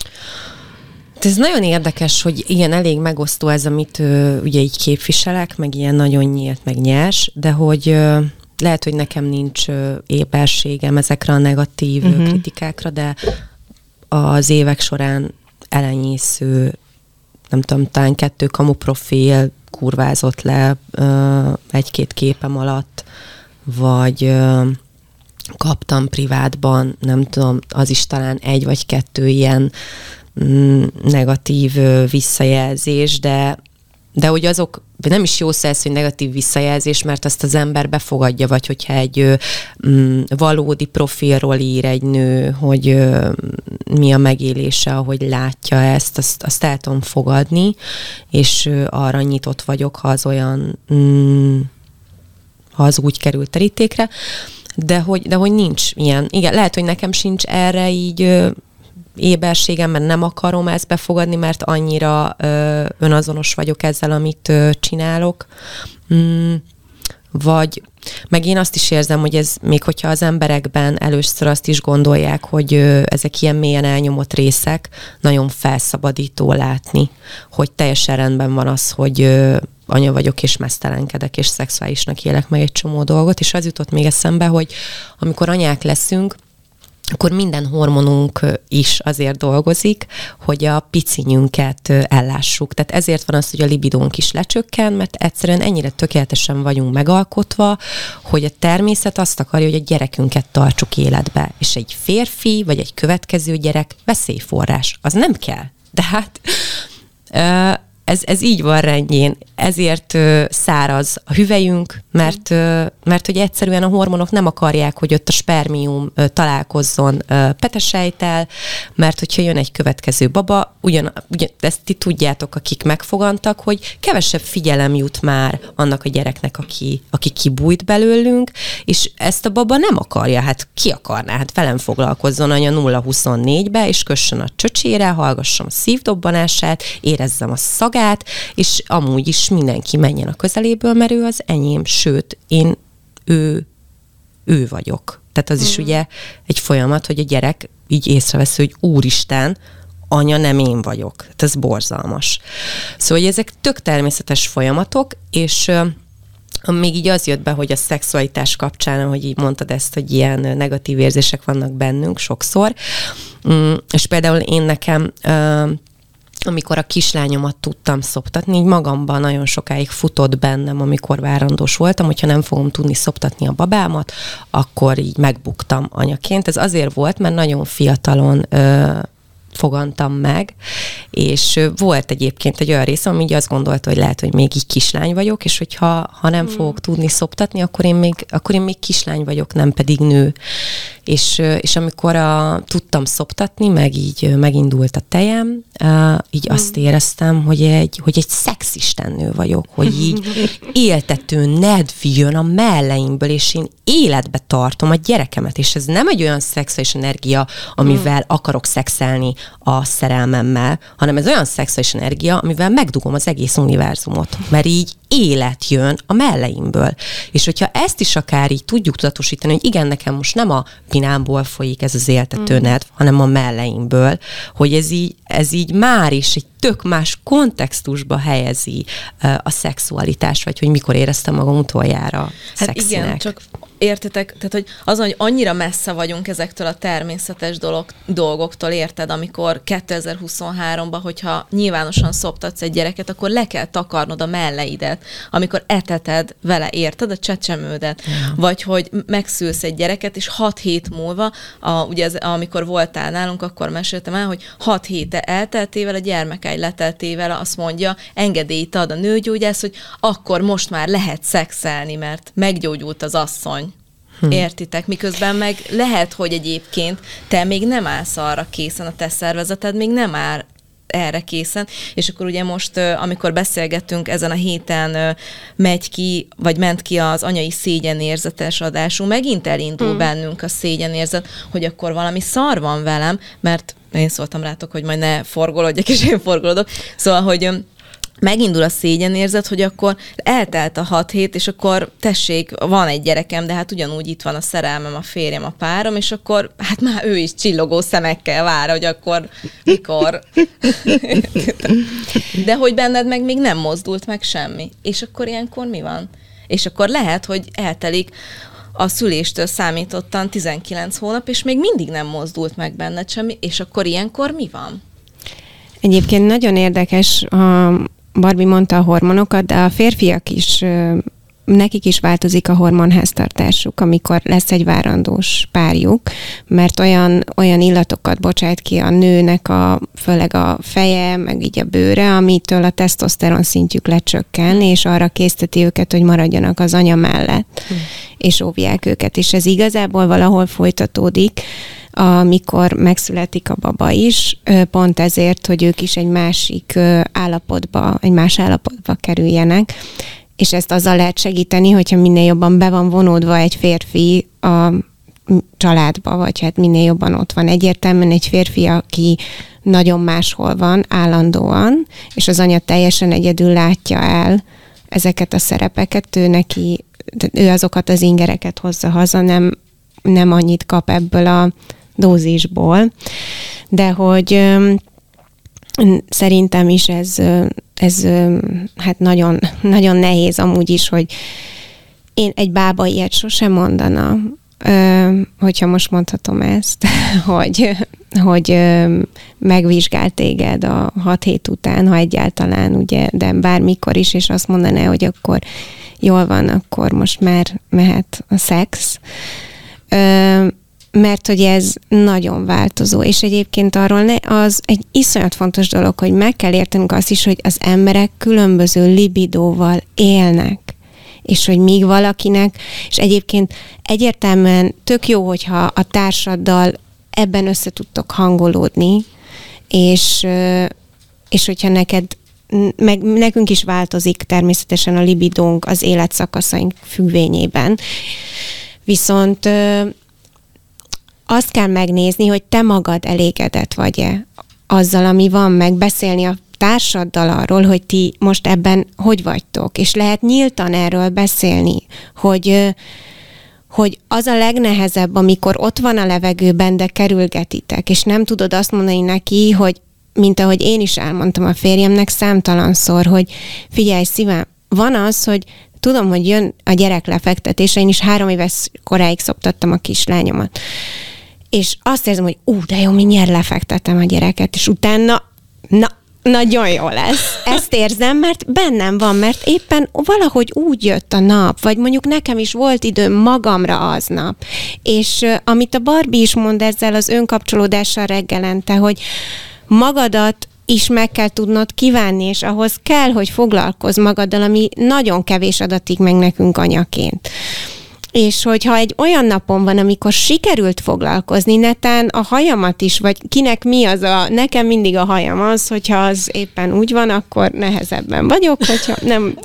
Speaker 2: Ez nagyon érdekes, hogy ilyen elég megosztó ez, amit ö, ugye így képviselek, meg ilyen nagyon nyílt, meg nyers, de hogy ö, lehet, hogy nekem nincs ö, éberségem ezekre a negatív uh-huh. kritikákra, de az évek során elenyésző, nem tudom, talán kettő kamu profil kurvázott le ö, egy-két képem alatt, vagy ö, kaptam privátban, nem tudom, az is talán egy vagy kettő ilyen mm, negatív ö, visszajelzés, de, de hogy azok nem is jó szelsz, hogy negatív visszajelzés, mert azt az ember befogadja, vagy hogyha egy ö, mm, valódi profilról ír egy nő, hogy ö, mi a megélése, ahogy látja ezt, azt, azt el tudom fogadni, és ö, arra nyitott vagyok, ha az olyan, mm, ha az úgy került terítékre, de hogy, de hogy nincs ilyen. Igen, lehet, hogy nekem sincs erre így ö, éberségem, mert nem akarom ezt befogadni, mert annyira ö, önazonos vagyok ezzel, amit ö, csinálok. Mm, vagy meg én azt is érzem, hogy ez még hogyha az emberekben először azt is gondolják, hogy ö, ezek ilyen mélyen elnyomott részek, nagyon felszabadító látni, hogy teljesen rendben van az, hogy ö, anya vagyok, és meztelenkedek, és szexuálisnak élek meg egy csomó dolgot, és az jutott még eszembe, hogy amikor anyák leszünk, akkor minden hormonunk is azért dolgozik, hogy a picinyünket ellássuk. Tehát ezért van az, hogy a libidónk is lecsökken, mert egyszerűen ennyire tökéletesen vagyunk megalkotva, hogy a természet azt akarja, hogy a gyerekünket tartsuk életbe. És egy férfi, vagy egy következő gyerek veszélyforrás. Az nem kell. De hát... Uh, Ez, ez így van rendjén, ezért ö, száraz a hüvelyünk, mert, ö, mert hogy egyszerűen a hormonok nem akarják, hogy ott a spermium ö, találkozzon ö, petesejttel, mert hogyha jön egy következő baba, ugyan, ugyan, ezt ti tudjátok, akik megfogantak, hogy kevesebb figyelem jut már annak a gyereknek, aki, aki kibújt belőlünk, és ezt a baba nem akarja, hát ki akarná, hát velem foglalkozzon anya nulla huszonnégybe, és kössön a csöcsére, hallgassam a szívdobbanását, érezzem a szagát, és amúgy is mindenki menjen a közeléből, mert ő az enyém, sőt, én ő, ő vagyok. Tehát az mm. is ugye egy folyamat, hogy a gyerek így észrevesz, hogy úristen, anya, nem én vagyok. Tehát ez borzalmas. Szóval, hogy ezek tök természetes folyamatok, és még így az jött be, hogy a szexualitás kapcsán, ahogy így mondtad ezt, hogy ilyen negatív érzések vannak bennünk sokszor, és például én nekem amikor a kislányomat tudtam szoptatni, így magamban nagyon sokáig futott bennem, amikor várandós voltam, hogyha nem fogom tudni szoptatni a babámat, akkor így megbuktam anyaként. Ez azért volt, mert nagyon fiatalon ö, fogantam meg, és volt egyébként egy olyan része, ami így azt gondolta, hogy lehet, hogy még így kislány vagyok, és hogyha ha nem mm. fogok tudni szoptatni, akkor én, még, akkor én még kislány vagyok, nem pedig nő. És, és amikor a, tudtam szoptatni, meg így megindult a tejem, uh, így mm. azt éreztem, hogy egy, hogy egy szexistennő vagyok, hogy így éltető nedv jön a melleimből, és én életbe tartom a gyerekemet, és ez nem egy olyan szexuális energia, amivel mm. akarok szexelni a szerelmemmel, hanem ez olyan szexuális energia, amivel megdugom az egész univerzumot, mert így élet jön a melleimből. És hogyha ezt is akár így tudjuk tudatosítani, hogy igen, nekem most nem a pinámból folyik ez az éltető nedv, mm. hanem a melleimből, hogy ez így, ez így már is egy tök más kontextusba helyezi uh, a szexualitást, vagy hogy mikor éreztem magam utoljára
Speaker 5: hát
Speaker 2: szexinek.
Speaker 5: Igen, csak értitek, tehát hogy azon, hogy annyira messze vagyunk ezektől a természetes dolog, dolgoktól, érted, amikor kétezer-huszonháromban, hogyha nyilvánosan szoptatsz egy gyereket, akkor le kell takarnod a melleidet, amikor eteted vele, érted, a csecsemődet. Ja. Vagy hogy megszülsz egy gyereket, és hat hét múlva, a, ugye ez, amikor voltál nálunk, akkor meséltem el, hogy hat héte elteltével, a gyermekágy leteltével azt mondja, engedélyt ad a nőgyógyász, hogy akkor most már lehet szexelni, mert meggyógyult az asszony. Hm. Értitek? Miközben meg lehet, hogy egyébként te még nem állsz arra készen, a te szervezeted még nem áll erre készen, és akkor ugye most, amikor beszélgettünk, ezen a héten megy ki, vagy ment ki az anyai szégyenérzetes adásunk, megint elindul hm. bennünk a szégyenérzet, hogy akkor valami szar van velem, mert én szóltam rátok, hogy majd ne forgolódjak, és én forgolódok. Szóval, hogy megindul a szégyenérzet, hogy akkor eltelt a hat hét, és akkor tessék, van egy gyerekem, de hát ugyanúgy itt van a szerelmem, a férjem, a párom, és akkor hát már ő is csillogó szemekkel vár, hogy akkor mikor. De hogy benned meg még nem mozdult meg semmi. És akkor ilyenkor mi van? És akkor lehet, hogy eltelik a szüléstől számítottan tizenkilenc hónap, és még mindig nem mozdult meg benned semmi, és akkor ilyenkor mi van?
Speaker 1: Egyébként nagyon érdekes, a Barbie mondta a hormonokat, de a férfiak is, nekik is változik a hormonháztartásuk, amikor lesz egy várandós párjuk, mert olyan, olyan illatokat bocsájt ki a nőnek, a, főleg a feje, meg így a bőre, amitől a tesztoszteron szintjük lecsökken, és arra készteti őket, hogy maradjanak az anya mellett, hm. és óvják őket. És ez igazából valahol folytatódik, amikor megszületik a baba is, pont ezért, hogy ők is egy másik állapotba, egy más állapotba kerüljenek, és ezt azzal lehet segíteni, hogyha minél jobban be van vonódva egy férfi a családba, vagy hát minél jobban ott van. Egyértelműen egy férfi, aki nagyon máshol van állandóan, és az anya teljesen egyedül látja el ezeket a szerepeket, ő neki, ő azokat az ingereket hozza haza, nem, nem annyit kap ebből a dózisból, de hogy szerintem is ez, ez hát nagyon, nagyon nehéz amúgy is, hogy én egy bába ilyet sosem mondana, hogyha most mondhatom ezt, hogy, hogy megvizsgál téged a hat hét után, ha egyáltalán, ugye, de bármikor is, és azt mondaná, hogy akkor jól van, akkor most már mehet a szex. Mert hogy ez nagyon változó, és egyébként arról ne, az egy iszonyat fontos dolog, hogy meg kell értenünk azt is, hogy az emberek különböző libidóval élnek, és hogy míg valakinek, és egyébként egyértelműen tök jó, hogyha a társaddal ebben össze tudtok hangolódni, és, és hogyha neked, meg nekünk is változik természetesen a libidónk az életszakaszaink függvényében, viszont azt kell megnézni, hogy te magad elégedett vagy-e azzal, ami van, meg beszélni a társaddal arról, hogy ti most ebben hogy vagytok, és lehet nyíltan erről beszélni, hogy, hogy az a legnehezebb, amikor ott van a levegőben, de kerülgetitek, és nem tudod azt mondani neki, hogy mint ahogy én is elmondtam a férjemnek számtalanszor, hogy figyelj szívem, van az, hogy tudom, hogy jön a gyerek lefektetése, én is három éves koráig szoptattam a kislányomat. És azt érzem, hogy ú, de jó, mindjárt lefektetem a gyereket, és utána, na, nagyon jó lesz. Ezt érzem, mert bennem van, mert éppen valahogy úgy jött a nap, vagy mondjuk nekem is volt időm magamra aznap. És uh, amit a Barbie is mond ezzel az önkapcsolódással reggelente, hogy magadat is meg kell tudnod kívánni, és ahhoz kell, hogy foglalkozz magaddal, ami nagyon kevés adatik meg nekünk anyaként. És hogyha egy olyan napon van, amikor sikerült foglalkozni, netán a hajamat is, vagy kinek mi az a, nekem mindig a hajam az, hogyha az éppen úgy van, akkor nehezebben vagyok, hogyha nem.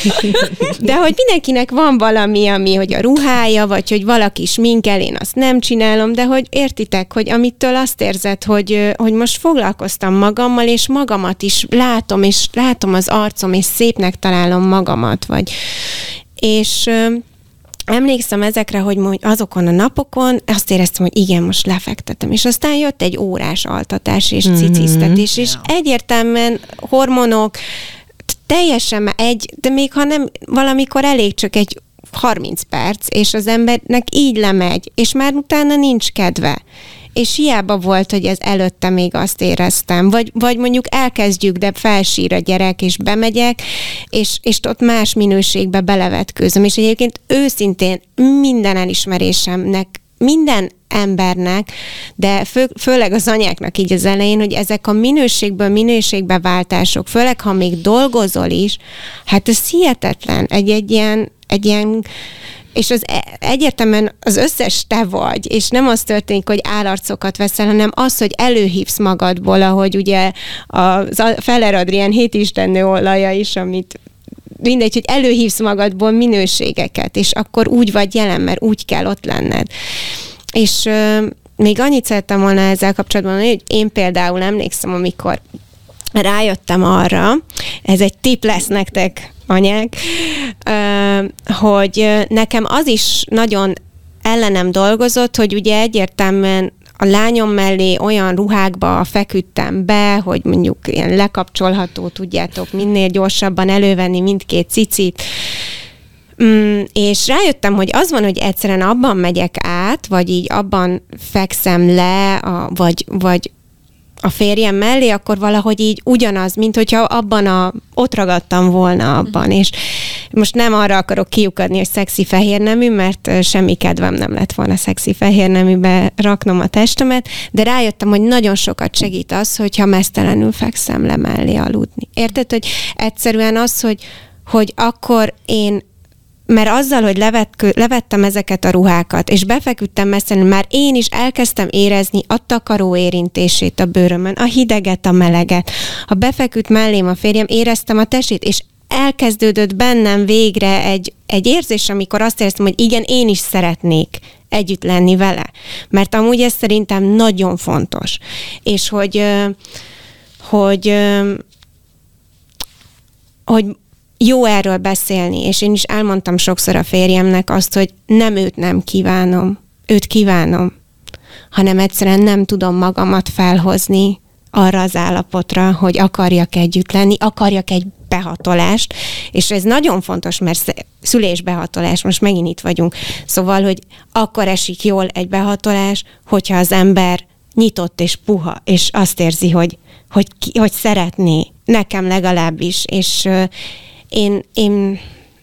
Speaker 1: De hogy mindenkinek van valami, ami, hogy a ruhája, vagy hogy valaki sminkel, én azt nem csinálom, de hogy értitek, hogy amitől azt érzed, hogy, hogy most foglalkoztam magammal, és magamat is látom, és látom az arcom, és szépnek találom magamat, vagy. És emlékszem ezekre, hogy azokon a napokon azt éreztem, hogy igen, most lefektetem. És aztán jött egy órás altatás és ciciztetés, és egyértelműen hormonok, teljesen egy, de még ha nem, valamikor elég csak egy harminc perc, és az embernek így lemegy, és már utána nincs kedve. És hiába volt, hogy ez előtte még azt éreztem. Vagy, vagy mondjuk elkezdjük, de felsír a gyerek, és bemegyek, és, és ott más minőségbe belevetkőzöm. És egyébként őszintén minden elismerésemnek, minden embernek, de fő, főleg az anyáknak így az elején, hogy ezek a minőségből minőségbe váltások, főleg ha még dolgozol is, hát ez hihetetlen. Egy, egy ilyen, egy ilyen és az egyértelműen az összes te vagy, és nem az történik, hogy állarcokat veszel, hanem az, hogy előhívsz magadból, ahogy ugye a Feller Adrián hétistennő olaja is, amit mindegy, hogy előhívsz magadból minőségeket, és akkor úgy vagy jelen, mert úgy kell ott lenned. És euh, még annyit szerettem volna ezzel kapcsolatban, hogy én például emlékszem, amikor rájöttem arra, ez egy tipp lesz nektek, anyák, hogy nekem az is nagyon ellenem dolgozott, hogy ugye egyértelműen a lányom mellé olyan ruhákba feküdtem be, hogy mondjuk ilyen lekapcsolható, tudjátok, minél gyorsabban elővenni mindkét cicit, Mm, és rájöttem, hogy az van, hogy egyszerűen abban megyek át, vagy így abban fekszem le, a, vagy, vagy a férjem mellé, akkor valahogy így ugyanaz, mint hogyha abban a, ott ragadtam volna abban, és most nem arra akarok kiukadni, hogy szexi fehérnemű, mert semmi kedvem nem lett volna szexi fehérneműbe raknom a testemet, de rájöttem, hogy nagyon sokat segít az, hogyha meztelenül fekszem le mellé aludni. Érted, hogy egyszerűen az, hogy, hogy akkor én mert azzal, hogy levett, levettem ezeket a ruhákat, és befeküdtem messzenül, már én is elkezdtem érezni a takaró érintését a bőrömön, a hideget, a meleget. Ha befeküdt mellém a férjem, éreztem a testét, és elkezdődött bennem végre egy, egy érzés, amikor azt éreztem, hogy igen, én is szeretnék együtt lenni vele. Mert amúgy ez szerintem nagyon fontos. És hogy, hogy, hogy, hogy jó erről beszélni, és én is elmondtam sokszor a férjemnek azt, hogy nem őt nem kívánom, őt kívánom, hanem egyszerűen nem tudom magamat felhozni arra az állapotra, hogy akarjak együtt lenni, akarjak egy behatolást, és ez nagyon fontos, mert szülésbehatolás, most megint itt vagyunk, szóval, hogy akkor esik jól egy behatolás, hogyha az ember nyitott és puha, és azt érzi, hogy, hogy, hogy szeretné, nekem legalábbis, és uh, én, én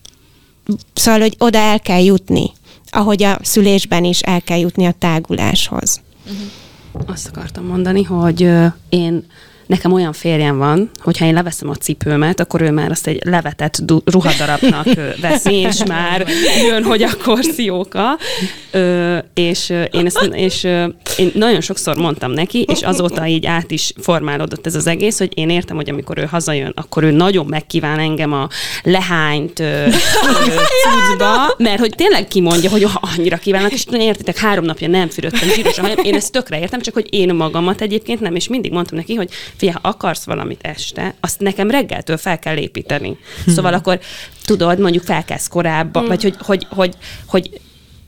Speaker 1: szóval, hogy oda el kell jutni, ahogy a szülésben is el kell jutni a táguláshoz.
Speaker 6: Azt akartam mondani, hogy uh, én nekem olyan férjem van, hogyha én leveszem a cipőmet, akkor ő már azt egy levetett du- ruhadarabnak veszi, és már jön, hogy akkor szióka. Ö, és, én ezt, és én nagyon sokszor mondtam neki, és azóta így át is formálódott ez az egész, hogy én értem, hogy amikor ő hazajön, akkor ő nagyon megkíván engem a lehányt ö, ö, cuccba, mert hogy tényleg kimondja, hogy annyira kívánnak, és értitek, három napja nem fürödtem zsírosan, én ezt tökre értem, csak hogy én magamat egyébként nem, és mindig mondtam neki, hogy figyelj, ha akarsz valamit este, azt nekem reggeltől fel kell építeni. Hmm. Szóval akkor tudod, mondjuk felkelsz korábban, hmm. vagy hogy, hogy, hogy, hogy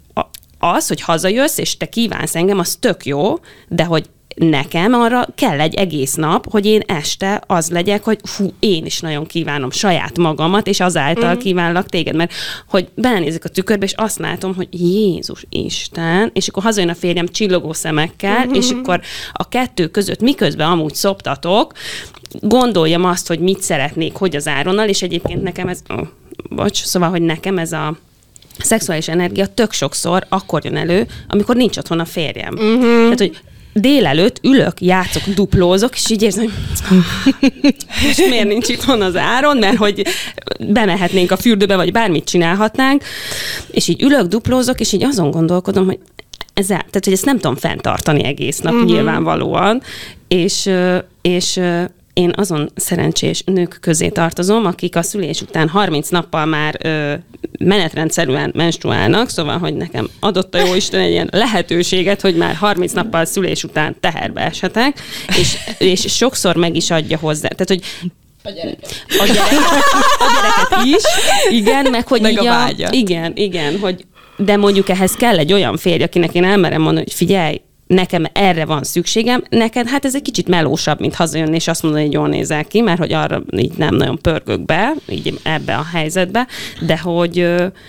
Speaker 6: az, hogy hazajössz, és te kívánsz engem, az tök jó, de hogy nekem arra kell egy egész nap, hogy én este az legyek, hogy fú, én is nagyon kívánom saját magamat, és azáltal uh-huh. kívánlak téged, mert hogy belenézek a tükörbe, és azt látom, hogy Jézus Isten, és akkor hazajön a férjem csillogó szemekkel, uh-huh. és akkor a kettő között miközben amúgy szoptatok, gondoljam azt, hogy mit szeretnék, hogy az Áronnal, és egyébként nekem ez, oh, bocs, szóval, hogy nekem ez a szexuális energia tök sokszor akkor jön elő, amikor nincs otthon a férjem. Uh-huh. Tehát, hogy délelőtt ülök, játszok, duplózok, és így érzem, hogy most miért nincs itthon az Áron, mert hogy bemehetnénk a fürdőbe, vagy bármit csinálhatnánk, és így ülök, duplózok, és így azon gondolkodom, hogy ez, tehát, hogy ezt nem tudom fenntartani egész nap, uh-huh. nyilvánvalóan, és, és én azon szerencsés nők közé tartozom, akik a szülés után harminc nappal már ö, menetrendszerűen menstruálnak, szóval, hogy nekem adott a jóisten egy ilyen lehetőséget, hogy már harminc nappal szülés után teherbe eshetek, és, és sokszor meg is adja hozzá. Tehát, hogy
Speaker 5: a gyereket.
Speaker 6: A gyereket, a gyereket is, igen, meg hogy
Speaker 2: meg
Speaker 6: így
Speaker 2: a vágya.
Speaker 6: A, igen, igen, hogy de mondjuk ehhez kell egy olyan férj, akinek én elmerem mondani, hogy figyelj, nekem erre van szükségem, neked hát ez egy kicsit melósabb, mint hazajönni, és azt mondani, hogy jól nézel ki, mert hogy arra így nem nagyon pörgök be, így ebbe a helyzetbe, de hogy,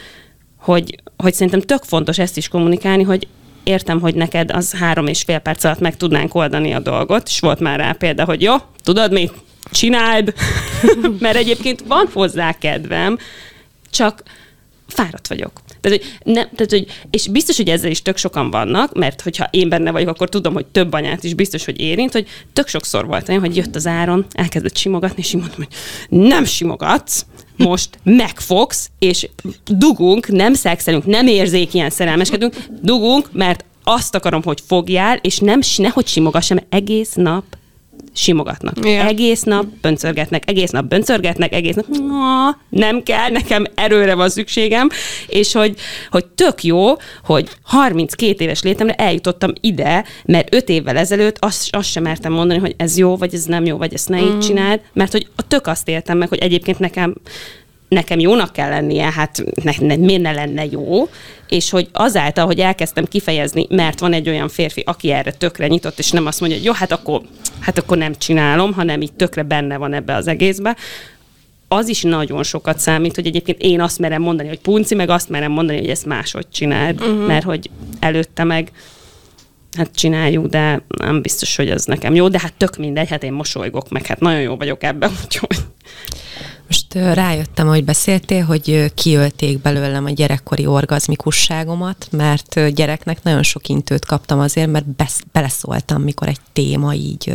Speaker 6: hogy, hogy szerintem tök fontos ezt is kommunikálni, hogy értem, hogy neked az három és fél perc alatt meg tudnánk oldani a dolgot, és volt már rá példa, hogy jó, tudod mit? Csináld! Mert egyébként van hozzá kedvem, csak fáradt vagyok. Tehát, hogy nem, tehát, hogy, és biztos, hogy ezzel is tök sokan vannak, mert hogyha én benne vagyok, akkor tudom, hogy több anyát is biztos, hogy érint, hogy tök sokszor volt olyan, hogy jött az Áron, elkezdett simogatni, és így mondtam, hogy nem simogatsz, most megfogsz, és dugunk, nem szexelünk, nem érzékenyen szerelmeskedünk, dugunk, mert azt akarom, hogy fogjál, és nem, nehogy simogassam, egész nap simogatnak. Yeah. Egész nap böncörgetnek, egész nap böncörgetnek, egész nap nem kell, nekem erőre van szükségem, és hogy, hogy tök jó, hogy harminckét éves létemre eljutottam ide, mert öt évvel ezelőtt azt, azt sem mertem mondani, hogy ez jó, vagy ez nem jó, vagy ezt ne mm. így csináld, mert hogy a tök azt éltem meg, hogy egyébként nekem nekem jónak kell lennie, hát ne, ne, miért ne lenne jó, és hogy azáltal, hogy elkezdtem kifejezni, mert van egy olyan férfi, aki erre tökre nyitott, és nem azt mondja, hogy jó, hát akkor, hát akkor nem csinálom, hanem így tökre benne van ebbe az egészbe, az is nagyon sokat számít, hogy egyébként én azt merem mondani, hogy punci, meg azt merem mondani, hogy ezt máshogy csináld, uh-huh. mert hogy előtte meg hát csináljuk, de nem biztos, hogy az nekem jó, de hát tök mindegy, hát én mosolygok, meg hát nagyon jó vagyok ebben, úgyhogy...
Speaker 2: Most rájöttem, hogy beszéltél, hogy kiölték belőlem a gyerekkori orgazmikusságomat, mert gyereknek nagyon sok intőt kaptam azért, mert besz- beleszóltam, mikor egy téma így,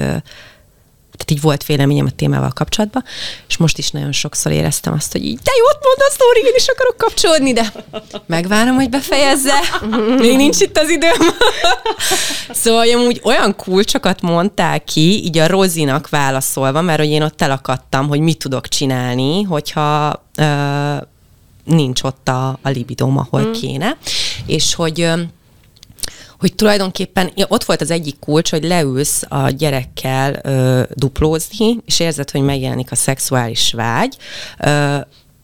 Speaker 2: tehát így volt véleményem a témával kapcsolatban, és most is nagyon sokszor éreztem azt, hogy így, de jót mondasz, Nóri, én is akarok kapcsolódni, de megvárom, hogy befejezze, még nincs itt az időm. Szóval amúgy olyan kulcsokat mondtál ki, így a Rozinak válaszolva, mert hogy én ott elakadtam, hogy mit tudok csinálni, hogyha ö, nincs ott a, a libidóm, ahol mm. kéne, és hogy... Ö, hogy tulajdonképpen ott volt az egyik kulcs, hogy leülsz a gyerekkel ö, duplózni, és érzed, hogy megjelenik a szexuális vágy, ö,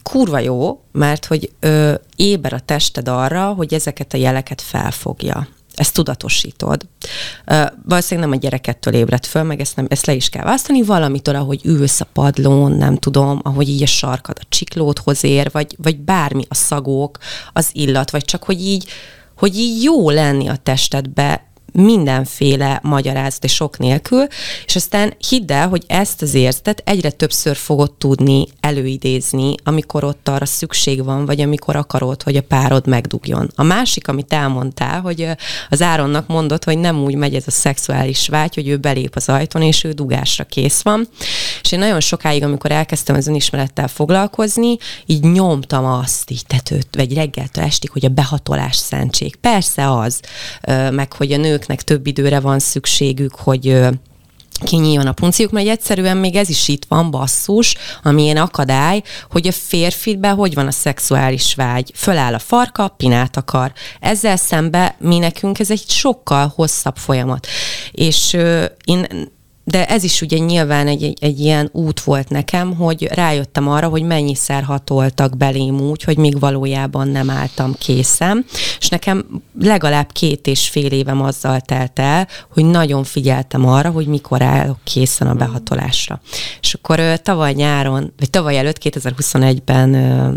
Speaker 2: kurva jó, mert hogy ö, éber a tested arra, hogy ezeket a jeleket felfogja. Ezt tudatosítod. Uh, valószínűleg nem a gyerekettől ébred föl, meg ezt, nem, ezt le is kell választani, valamitől, ahogy ülsz a padlón, nem tudom, ahogy így a sarkad a csiklódhoz ér, vagy, vagy bármi, a szagok, az illat, vagy csak, hogy így, hogy így jó lenni a testedbe, mindenféle magyarázat és sok nélkül, és aztán hidd el, hogy ezt az érzetet egyre többször fogod tudni előidézni, amikor ott arra szükség van, vagy amikor akarod, hogy a párod megdugjon. A másik, amit elmondtál, hogy az Áronnak mondott, hogy nem úgy megy ez a szexuális vágy, hogy ő belép az ajtón, és ő dugásra kész van. És én nagyon sokáig, amikor elkezdtem az önismerettel foglalkozni, így nyomtam azt, így tetőt, vagy reggeltől estig, hogy a behatolás szentség. Persze az, meg hogy a nők több időre van szükségük, hogy kinyíljon a punciuk, mert egyszerűen még ez is itt van, basszus, ami ilyen akadály, hogy a férfiben hogy van a szexuális vágy. Föláll a farka, pinát akar. Ezzel szemben mi nekünk ez egy sokkal hosszabb folyamat. És euh, én de ez is ugye nyilván egy, egy, egy ilyen út volt nekem, hogy rájöttem arra, hogy mennyiszer hatoltak belém úgy, hogy még valójában nem álltam készen. És nekem legalább két és fél évem azzal telt el, hogy nagyon figyeltem arra, hogy mikor állok készen a behatolásra. És akkor tavaly nyáron, vagy tavaly előtt, kétezer-huszonegyben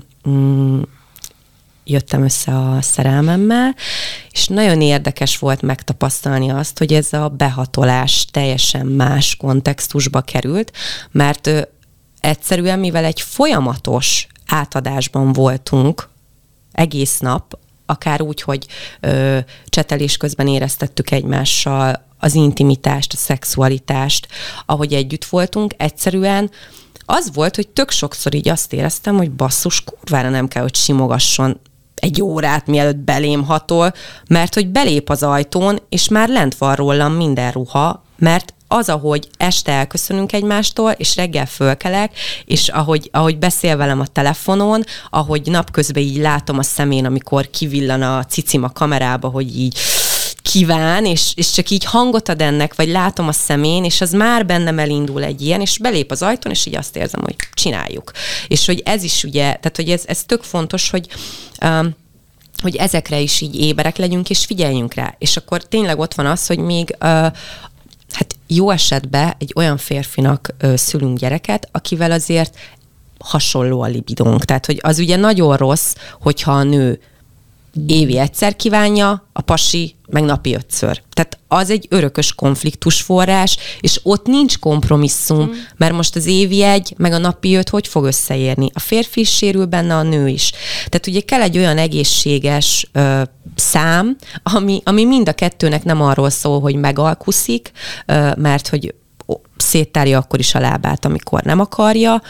Speaker 2: mm, jöttem össze a szerelmemmel, és nagyon érdekes volt megtapasztalni azt, hogy ez a behatolás teljesen más kontextusba került, mert ö, egyszerűen, mivel egy folyamatos átadásban voltunk egész nap, akár úgy, hogy ö, csetelés közben éreztettük egymással az intimitást, a szexualitást, ahogy együtt voltunk, egyszerűen az volt, hogy tök sokszor így azt éreztem, hogy basszus, kurvára nem kell, hogy simogasson egy órát, mielőtt belém hatol, mert hogy belép az ajtón, és már lent van rólam minden ruha, mert az, ahogy este elköszönünk egymástól, és reggel fölkelek, és ahogy, ahogy beszél velem a telefonon, ahogy napközben így látom a szemén, amikor kivillan a cicim a kamerába, hogy így kíván, és, és csak így hangot ad ennek, vagy látom a szemén, és az már bennem elindul egy ilyen, és belép az ajtón, és így azt érzem, hogy csináljuk. És hogy ez is ugye, tehát hogy ez, ez tök fontos, hogy um, hogy ezekre is így éberek legyünk, és figyeljünk rá. És akkor tényleg ott van az, hogy még uh, hát jó esetben egy olyan férfinak uh, szülünk gyereket, akivel azért hasonló a libidónk. Tehát, hogy az ugye nagyon rossz, hogyha a nő évi egyszer kívánja, a pasi meg napi ötször. Tehát az egy örökös konfliktus forrás, és ott nincs kompromisszum, mm. mert most az évi egy, meg a napi öt hogy fog összeérni? A férfi is sérül benne, a nő is. Tehát ugye kell egy olyan egészséges ö, szám, ami, ami mind a kettőnek nem arról szól, hogy megalkuszik, ö, mert hogy széttárja akkor is a lábát, amikor nem akarja,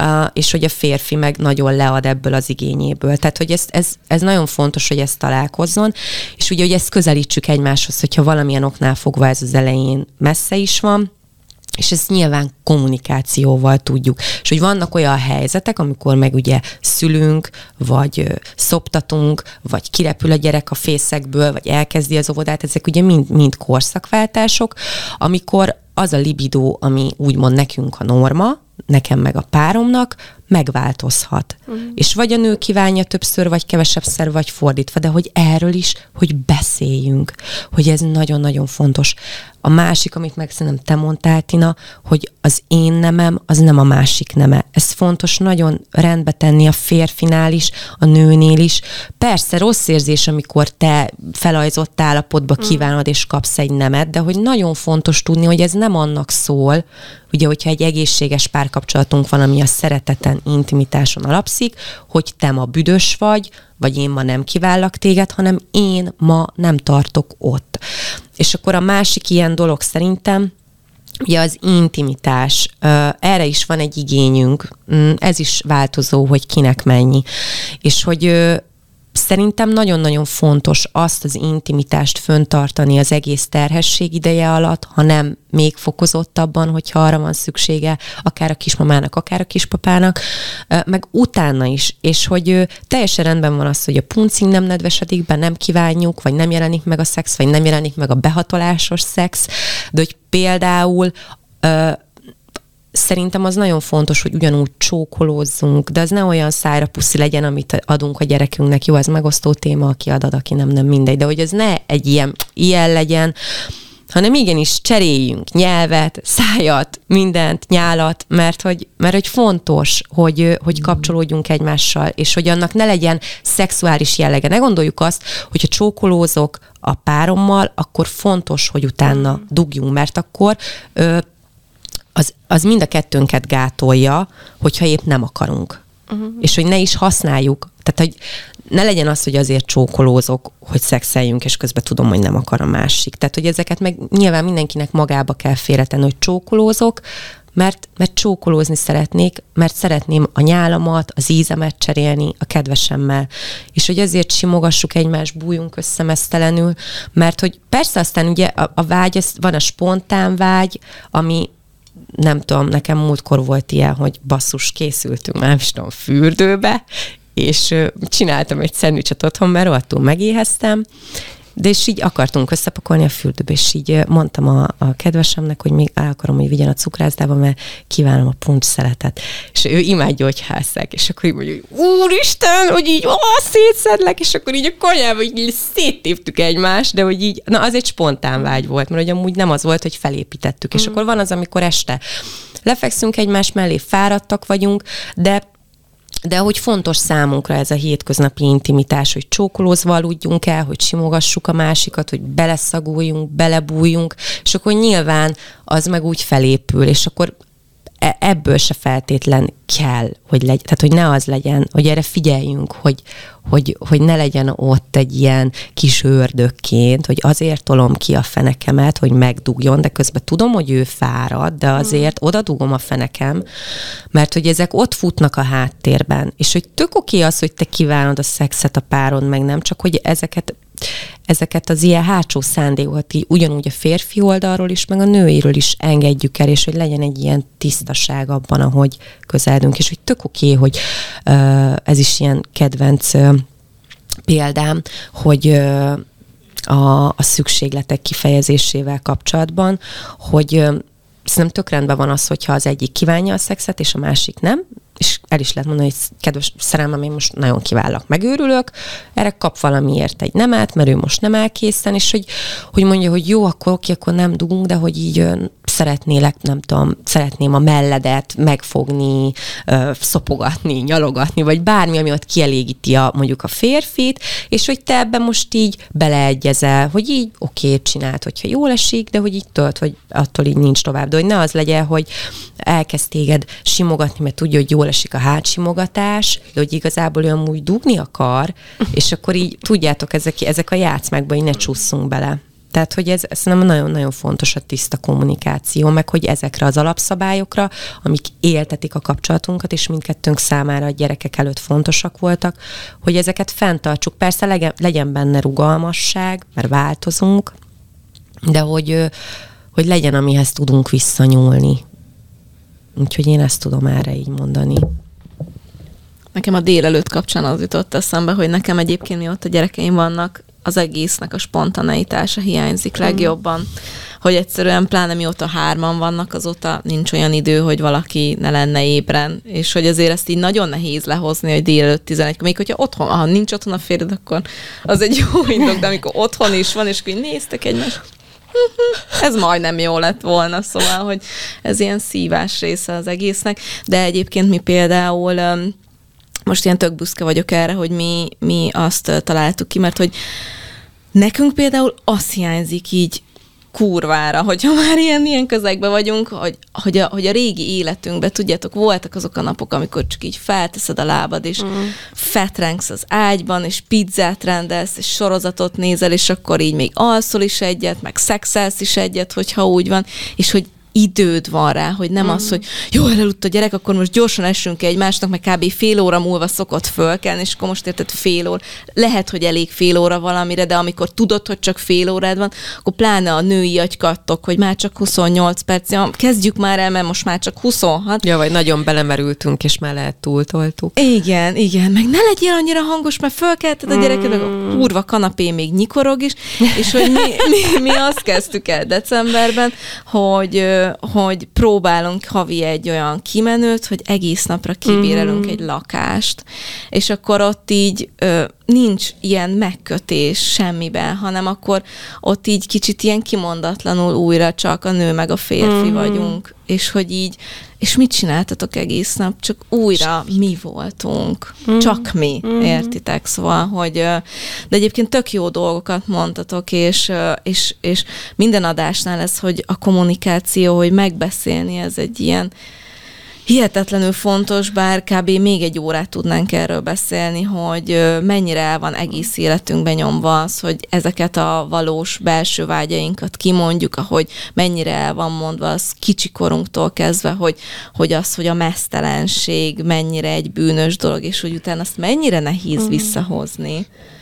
Speaker 2: és hogy a férfi meg nagyon lead ebből az igényéből. Tehát, hogy ez, ez, ez nagyon fontos, hogy ezt találkozzon, és ugye, hogy ezt közelítsük egymáshoz, hogyha valamilyen oknál fogva ez az elején messze is van, és ezt nyilván kommunikációval tudjuk. És hogy vannak olyan helyzetek, amikor meg ugye szülünk, vagy ö, szoptatunk, vagy kirepül a gyerek a fészekből, vagy elkezdi az óvodát, ezek ugye mind, mind korszakváltások, amikor az a libidó, ami úgymond nekünk a norma, nekem meg a páromnak, megváltozhat. Uh-huh. És vagy a nő kívánja többször, vagy kevesebbszer, vagy fordítva, de hogy erről is, hogy beszéljünk, hogy ez nagyon-nagyon fontos. A másik, amit meg szerintem te mondtál, Tina, hogy az én nemem, az nem a másik neme. Ez fontos nagyon rendbe tenni a férfinál is, a nőnél is. Persze rossz érzés, amikor te felajzott állapotba kívánod, és kapsz egy nemet, de hogy nagyon fontos tudni, hogy ez nem annak szól, ugye, hogyha egy egészséges párkapcsolatunk van, ami a szereteten, intimitáson alapszik, hogy te ma büdös vagy, vagy én ma nem kívállak téged, hanem én ma nem tartok ott. És akkor a másik ilyen dolog szerintem, ugye az intimitás, erre is van egy igényünk, ez is változó, hogy kinek mennyi. És hogy szerintem nagyon-nagyon fontos azt az intimitást föntartani az egész terhesség ideje alatt, ha nem még fokozottabban, hogyha arra van szüksége, akár a kismamának, akár a kispapának, meg utána is, és hogy teljesen rendben van az, hogy a puncing nem nedvesedik be, nem kívánjuk, vagy nem jelenik meg a szex, vagy nem jelenik meg a behatolásos szex, de hogy például szerintem az nagyon fontos, hogy ugyanúgy csókolózzunk, de az ne olyan szájra puszi legyen, amit adunk a gyerekünknek. Jó, ez megosztó téma, aki ad, ad, aki nem, nem mindegy, de hogy ez ne egy ilyen, ilyen legyen, hanem igenis cseréljünk nyelvet, szájat, mindent, nyálat, mert hogy, mert hogy fontos, hogy, hogy kapcsolódjunk egymással, és hogy annak ne legyen szexuális jellege. Ne gondoljuk azt, hogyha csókolózok a párommal, akkor fontos, hogy utána dugjunk, mert akkor ö, az, az mind a kettőnket gátolja, hogyha épp nem akarunk. Uh-huh. És hogy ne is használjuk. Tehát, hogy ne legyen az, hogy azért csókolózok, hogy szexeljünk, és közben tudom, hogy nem akar a másik. Tehát, hogy ezeket meg nyilván mindenkinek magába kell félretenni, hogy csókolózok, mert, mert csókolózni szeretnék, mert szeretném a nyálamat, az ízemet cserélni a kedvesemmel. És hogy ezért simogassuk egymást, bújjunk össze meztelenül, mert hogy persze aztán ugye a, a vágy, van a spontán vágy, ami nem tudom, nekem múltkor volt ilyen, hogy basszus, készültünk, már nem is tudom, fürdőbe, és csináltam egy szendvicset otthon, mert rohadtul megéheztem, de és így akartunk összepakolni a fürdőbe, és így mondtam a, a kedvesemnek, hogy még el akarom, hogy vigyen a cukrászdába, mert kívánom a puncs szeretet. És ő imádja, hogy házzák, és akkor így mondja, hogy úristen, hogy így, ó, szétszedlek, és akkor így a konyhába így széttéptük egymást, de hogy így, na az egy spontán vágy volt, mert hogy amúgy nem az volt, hogy felépítettük, és mm. akkor van az, amikor este lefekszünk egymás mellé, fáradtak vagyunk, de De hogy fontos számunkra ez a hétköznapi intimitás, hogy csókolózva aludjunk el, hogy simogassuk a másikat, hogy beleszaguljunk, belebújjunk, és akkor nyilván az meg úgy felépül, és akkor ebből se feltétlen kell, hogy legyen, tehát hogy ne az legyen, hogy erre figyeljünk, hogy, hogy, hogy ne legyen ott egy ilyen kis ördökként, hogy azért tolom ki a fenekemet, hogy megdugjon, de közben tudom, hogy ő fárad, de azért oda dugom a fenekem, mert hogy ezek ott futnak a háttérben, és hogy tök oké az, hogy te kívánod a szexet a párod, meg nem, csak hogy ezeket ezeket az ilyen hátsó szándékokat így ugyanúgy a férfi oldalról is, meg a nőiről is engedjük el, és hogy legyen egy ilyen tisztaság abban, ahogy közeledünk, és hogy tök oké, hogy uh, ez is ilyen kedvenc uh, példám, hogy uh, a, a szükségletek kifejezésével kapcsolatban, hogy uh, szerintem tök rendben van az, hogyha az egyik kívánja a szexet, és a másik nem, és el is lehet mondani, hogy kedves szerelmem, én most nagyon kivállak, megőrülök, erre kap valamiért egy nemet, mert ő most nem elkészen, és hogy, hogy mondja, hogy jó, akkor oké, akkor nem dugunk, de hogy így szeretnélek, nem tudom, szeretném a melledet megfogni, szopogatni, nyalogatni, vagy bármi, ami ott kielégíti a, mondjuk a férfit, és hogy te ebben most így beleegyezel, hogy így oké, csináld, hogyha jól esik, de hogy így tölt, hogy attól így nincs tovább. De hogy ne az legyen, hogy elkezd téged simogatni, mert tudja, hogy jól esik a hátsimogatás, de hogy igazából ő amúgy dugni akar, és akkor így tudjátok, ezek, ezek a játszmákban így ne csúszunk bele. Tehát, hogy ez, ez nem nagyon-nagyon fontos a tiszta kommunikáció, meg hogy ezekre az alapszabályokra, amik éltetik a kapcsolatunkat, és mindkettőnk számára a gyerekek előtt fontosak voltak, hogy ezeket fenntartsuk. Persze legyen, legyen benne rugalmasság, mert változunk, de hogy, hogy legyen, amihez tudunk visszanyúlni. Úgyhogy én ezt tudom erre így mondani.
Speaker 5: Nekem a délelőtt kapcsán az jutott eszembe, hogy nekem egyébként mióta gyerekeim vannak, az egésznek a spontaneitása hiányzik legjobban. Mm. Hogy egyszerűen pláne mióta hárman vannak, azóta nincs olyan idő, hogy valaki ne lenne ébren, és hogy azért ezt így nagyon nehéz lehozni, hogy délelőtt tizenegy, még hogyha otthon, ha nincs otthon a férjed, akkor az egy jó indok, de amikor otthon is van, és akkor néztek egymást, ez majdnem jó lett volna, szóval, hogy ez ilyen szívás része az egésznek, de egyébként mi például most ilyen tök büszke vagyok erre, hogy mi, mi azt találtuk ki, mert hogy nekünk például azt hiányzik így kurvára, hogyha már ilyen, ilyen közegben vagyunk, hogy, hogy, a, hogy a régi életünkben, tudjátok, voltak azok a napok, amikor csak így felteszed a lábad, és mm. fetrengsz az ágyban, és pizzát rendelsz, és sorozatot nézel, és akkor így még alszol is egyet, meg szexelsz is egyet, hogyha úgy van, és hogy időd van rá, hogy nem mm. az, hogy jó, elaludt a gyerek, akkor most gyorsan essünk egymásnak, meg kb. Fél óra múlva szokott fölkelni, és akkor most érted fél óra. Lehet, hogy elég fél óra valamire, de amikor tudod, hogy csak fél órád van, akkor pláne a női agykattok, hogy már csak huszonnyolc perc, ja, kezdjük már el, mert most már csak huszonhat.
Speaker 2: Ja, vagy nagyon belemerültünk, és már lehet túltoltuk.
Speaker 5: Igen, igen, meg ne legyél annyira hangos, mert fölkelted a gyereket, meg a kurva kanapé még nyikorog is, és hogy mi, mi, mi azt kezdtük el decemberben, hogy hogy próbálunk havi egy olyan kimenőt, hogy egész napra kibérelünk mm. egy lakást, és akkor ott így ö, nincs ilyen megkötés semmiben, hanem akkor ott így kicsit ilyen kimondatlanul újra csak a nő meg a férfi mm. vagyunk, és hogy így, és mit csináltatok egész nap? Csak újra mi voltunk. Mm. Csak mi, mm. értitek? Szóval, hogy de egyébként tök jó dolgokat mondtatok, és, és, és minden adásnál ez, hogy a kommunikáció, hogy megbeszélni, ez egy ilyen hihetetlenül fontos, bár kb. Még egy órát tudnánk erről beszélni, hogy mennyire el van egész életünkben nyomva az, hogy ezeket a valós belső vágyainkat kimondjuk, ahogy mennyire el van mondva az kicsikorunktól kezdve, hogy, hogy az, hogy a meztelenség mennyire egy bűnös dolog, és hogy utána azt mennyire nehéz uh-huh. visszahozni.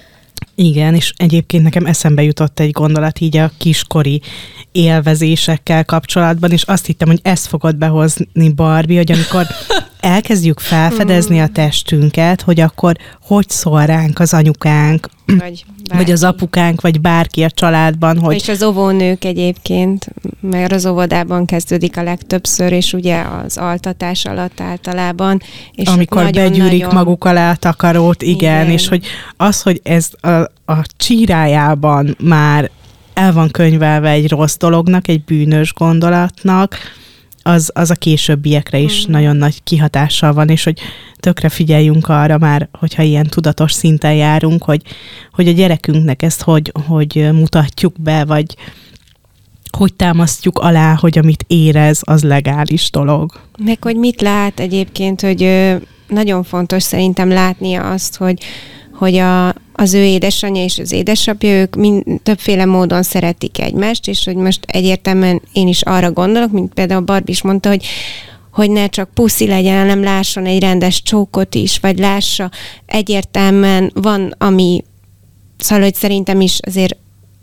Speaker 4: Igen, és egyébként nekem eszembe jutott egy gondolat így a kiskori élvezésekkel kapcsolatban, és azt hittem, hogy ezt fogod behozni, Barbie, hogy amikor elkezdjük felfedezni a testünket, hogy akkor hogy szól ránk az anyukánk, vagy, vagy az apukánk, vagy bárki a családban. Hogy...
Speaker 1: És az óvónők egyébként, mert az óvodában kezdődik a legtöbbször, és ugye az altatás alatt általában. És
Speaker 4: amikor nagyon, begyűrik nagyon... maguk alá a takarót, igen, igen, és hogy az, hogy ez a, a csírájában már el van könyvelve egy rossz dolognak, egy bűnös gondolatnak, az, az a későbbiekre is mm. nagyon nagy kihatással van, és hogy tökre figyeljünk arra már, hogyha ilyen tudatos szinten járunk, hogy, hogy a gyerekünknek ezt hogy, hogy mutatjuk be, vagy hogy támasztjuk alá, hogy amit érez, az legális dolog.
Speaker 1: Meg hogy mit lát egyébként, hogy nagyon fontos szerintem látnia azt, hogy, hogy a, az ő édesanyja és az édesapja, ők mind, többféle módon szeretik egymást, és hogy most egyértelműen én is arra gondolok, mint például Barbie is mondta, hogy, hogy ne csak puszi legyen, hanem lásson egy rendes csókot is, vagy lássa egyértelműen van, ami, szóval, hogy szerintem is azért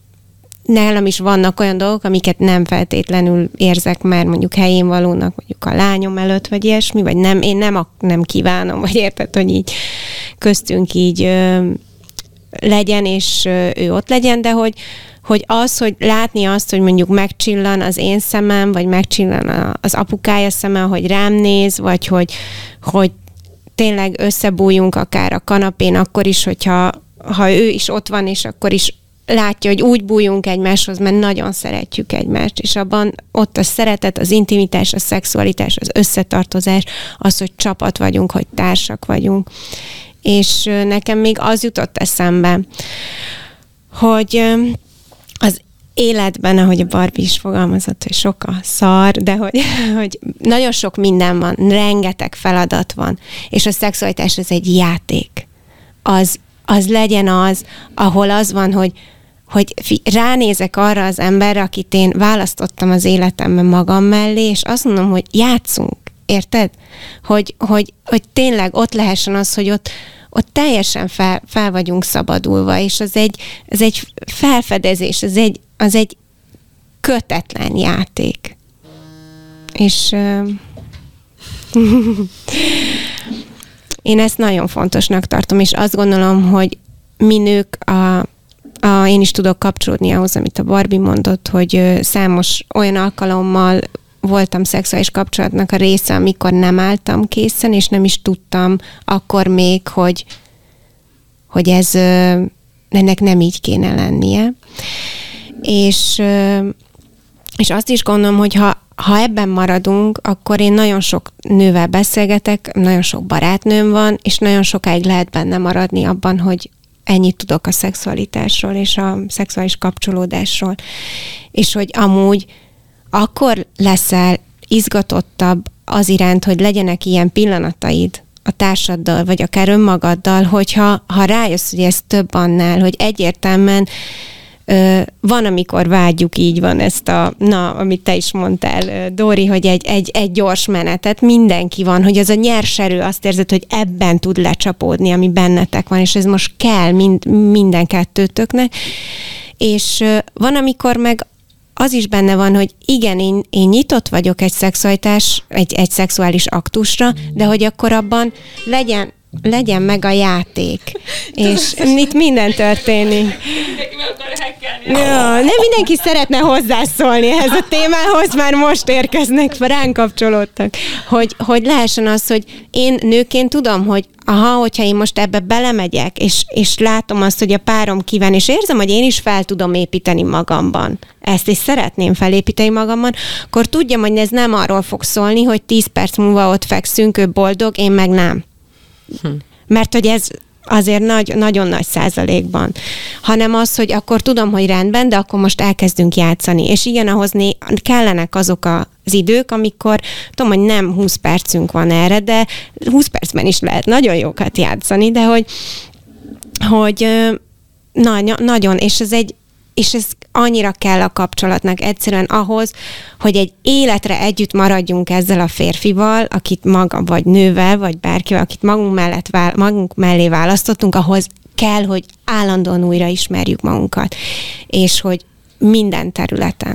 Speaker 1: nálam is vannak olyan dolgok, amiket nem feltétlenül érzek már mondjuk helyén valónak, mondjuk a lányom előtt, vagy ilyesmi, vagy nem, én nem, nem kívánom, vagy érted, hogy így köztünk így ö, legyen, és ö, ő ott legyen, de hogy, hogy az, hogy látni azt, hogy mondjuk megcsillan az én szemem, vagy megcsillan a, az apukája szeme, hogy rám néz, vagy hogy, hogy tényleg összebújjunk akár a kanapén, akkor is, hogyha ha ő is ott van, és akkor is látja, hogy úgy bújjunk egymáshoz, mert nagyon szeretjük egymást, és abban ott a szeretet, az intimitás, a szexualitás, az összetartozás, az, hogy csapat vagyunk, hogy társak vagyunk. És nekem még az jutott eszembe, hogy az életben, ahogy a Barbie is fogalmazott, hogy sok a szar, de hogy, hogy nagyon sok minden van, rengeteg feladat van, és a szexualitás ez egy játék. Az az legyen az, ahol az van, hogy, hogy ránézek arra az emberre, akit én választottam az életemben magam mellé, és azt mondom, hogy játszunk, érted? Hogy, hogy, hogy tényleg ott lehessen az, hogy ott, ott teljesen fel, fel vagyunk szabadulva, és az egy, az egy felfedezés, az egy, az egy kötetlen játék. És... Uh, én ezt nagyon fontosnak tartom, és azt gondolom, hogy mi nők, a, a, én is tudok kapcsolódni ahhoz, amit a Barbie mondott, hogy számos olyan alkalommal voltam szexuális kapcsolatnak a része, amikor nem álltam készen, és nem is tudtam akkor még, hogy, hogy ez ennek nem így kéne lennie. És, és azt is gondolom, hogy ha Ha ebben maradunk, akkor én nagyon sok nővel beszélgetek, nagyon sok barátnőm van, és nagyon sokáig lehet benne maradni abban, hogy ennyit tudok a szexualitásról és a szexuális kapcsolódásról. És hogy amúgy akkor leszel izgatottabb az iránt, hogy legyenek ilyen pillanataid a társaddal, vagy akár önmagaddal, hogyha ha rájössz, hogy ez több annál, hogy egyértelműen van, amikor vágyjuk, így van ezt a, na, amit te is mondtál, Dóri, hogy egy, egy, egy gyors menetet, mindenki van, hogy az a nyers erő, azt érzed, hogy ebben tud lecsapódni, ami bennetek van, és ez most kell mind, minden kettőtöknek. És van, amikor meg az is benne van, hogy igen, én, én nyitott vagyok egy szexualitás, egy, egy szexuális aktusra, de hogy akkor abban legyen legyen meg a játék. És itt minden történik. Ja, nem mindenki szeretne hozzászólni ehhez a témához, már most érkeznek, ránk kapcsolódtak, hogy, hogy lehessen az, hogy én nőként tudom, hogy aha, hogyha én most ebbe belemegyek, és, és látom azt, hogy a párom kíván, és érzem, hogy én is fel tudom építeni magamban ezt, és szeretném felépíteni magamban, akkor tudjam, hogy ez nem arról fog szólni, hogy tíz perc múlva ott fekszünk, ő boldog, én meg nem. Hm. Mert hogy ez azért nagy, nagyon nagy százalékban, hanem az, hogy akkor tudom, hogy rendben, de akkor most elkezdünk játszani. És igen, ahhoz né- kellenek azok az idők, amikor tudom, hogy nem húsz percünk van erre, de húsz percben is lehet nagyon jókat játszani, de hogy, hogy na- nagyon, és ez egy és ez annyira kell a kapcsolatnak egyszerűen ahhoz, hogy egy életre együtt maradjunk ezzel a férfival, akit maga, vagy nővel, vagy bárkivel, akit magunk, mellett, magunk mellé választottunk, ahhoz kell, hogy állandóan újra ismerjük magunkat. És hogy minden területen.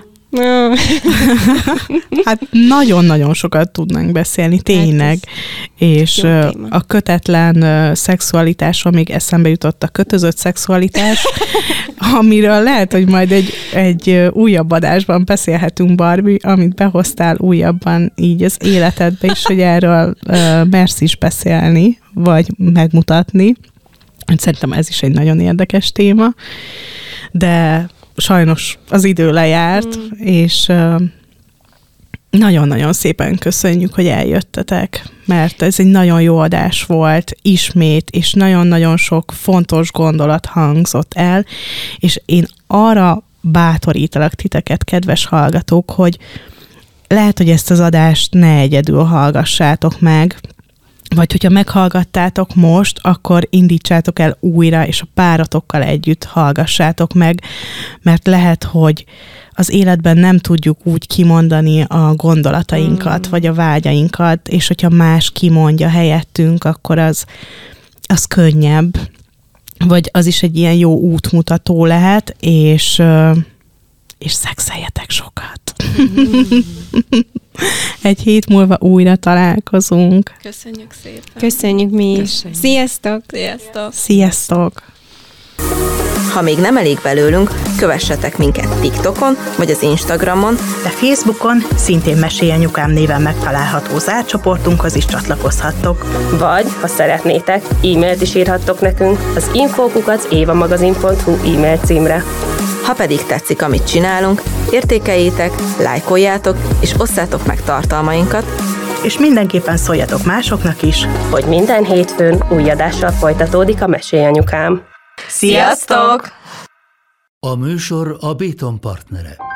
Speaker 4: Hát nagyon-nagyon sokat tudnánk beszélni, tényleg. És a kötetlen szexualitásról még eszembe jutott a kötözött szexualitás, amiről lehet, hogy majd egy, egy újabb adásban beszélhetünk, Barbie, amit behoztál újabban így az életedbe is, hogy erről uh, mersz is beszélni, vagy megmutatni. Szerintem ez is egy nagyon érdekes téma, de sajnos az idő lejárt, mm. és uh, nagyon-nagyon szépen köszönjük, hogy eljöttetek, mert ez egy nagyon jó adás volt, ismét, és nagyon-nagyon sok fontos gondolat hangzott el, és én arra bátorítalak titeket, kedves hallgatók, hogy lehet, hogy ezt az adást ne egyedül hallgassátok meg, vagy hogyha meghallgattátok most, akkor indítsátok el újra, és a páratokkal együtt hallgassátok meg, mert lehet, hogy az életben nem tudjuk úgy kimondani a gondolatainkat, mm. vagy a vágyainkat, és hogyha más kimondja helyettünk, akkor az, az könnyebb, vagy az is egy ilyen jó útmutató lehet, és, és szexeljetek sokat. Mm. Egy hét múlva újra találkozunk.
Speaker 5: Köszönjük szépen.
Speaker 1: Köszönjük mi is.
Speaker 5: Köszönjük.
Speaker 1: Sziasztok!
Speaker 5: Sziasztok!
Speaker 4: Sziasztok!
Speaker 3: Ha még nem elég belőlünk, kövessetek minket TikTokon vagy az Instagramon,
Speaker 7: de Facebookon szintén Mesélj Anyukám néven megtalálható zárt csoportunkhoz is csatlakozhattok.
Speaker 3: vagy, ha szeretnétek, e-mailt is írhattok nekünk az info kukac évamagazin pont hu e-mail címre. Ha pedig tetszik, amit csinálunk, értékeljétek, lájkoljátok és osszátok meg tartalmainkat,
Speaker 7: És mindenképpen szóljatok másoknak is,
Speaker 3: hogy minden hétfőn új adással folytatódik a Mesélj Anyukám.
Speaker 7: Sziasztok!
Speaker 8: A műsor a Béton partnere.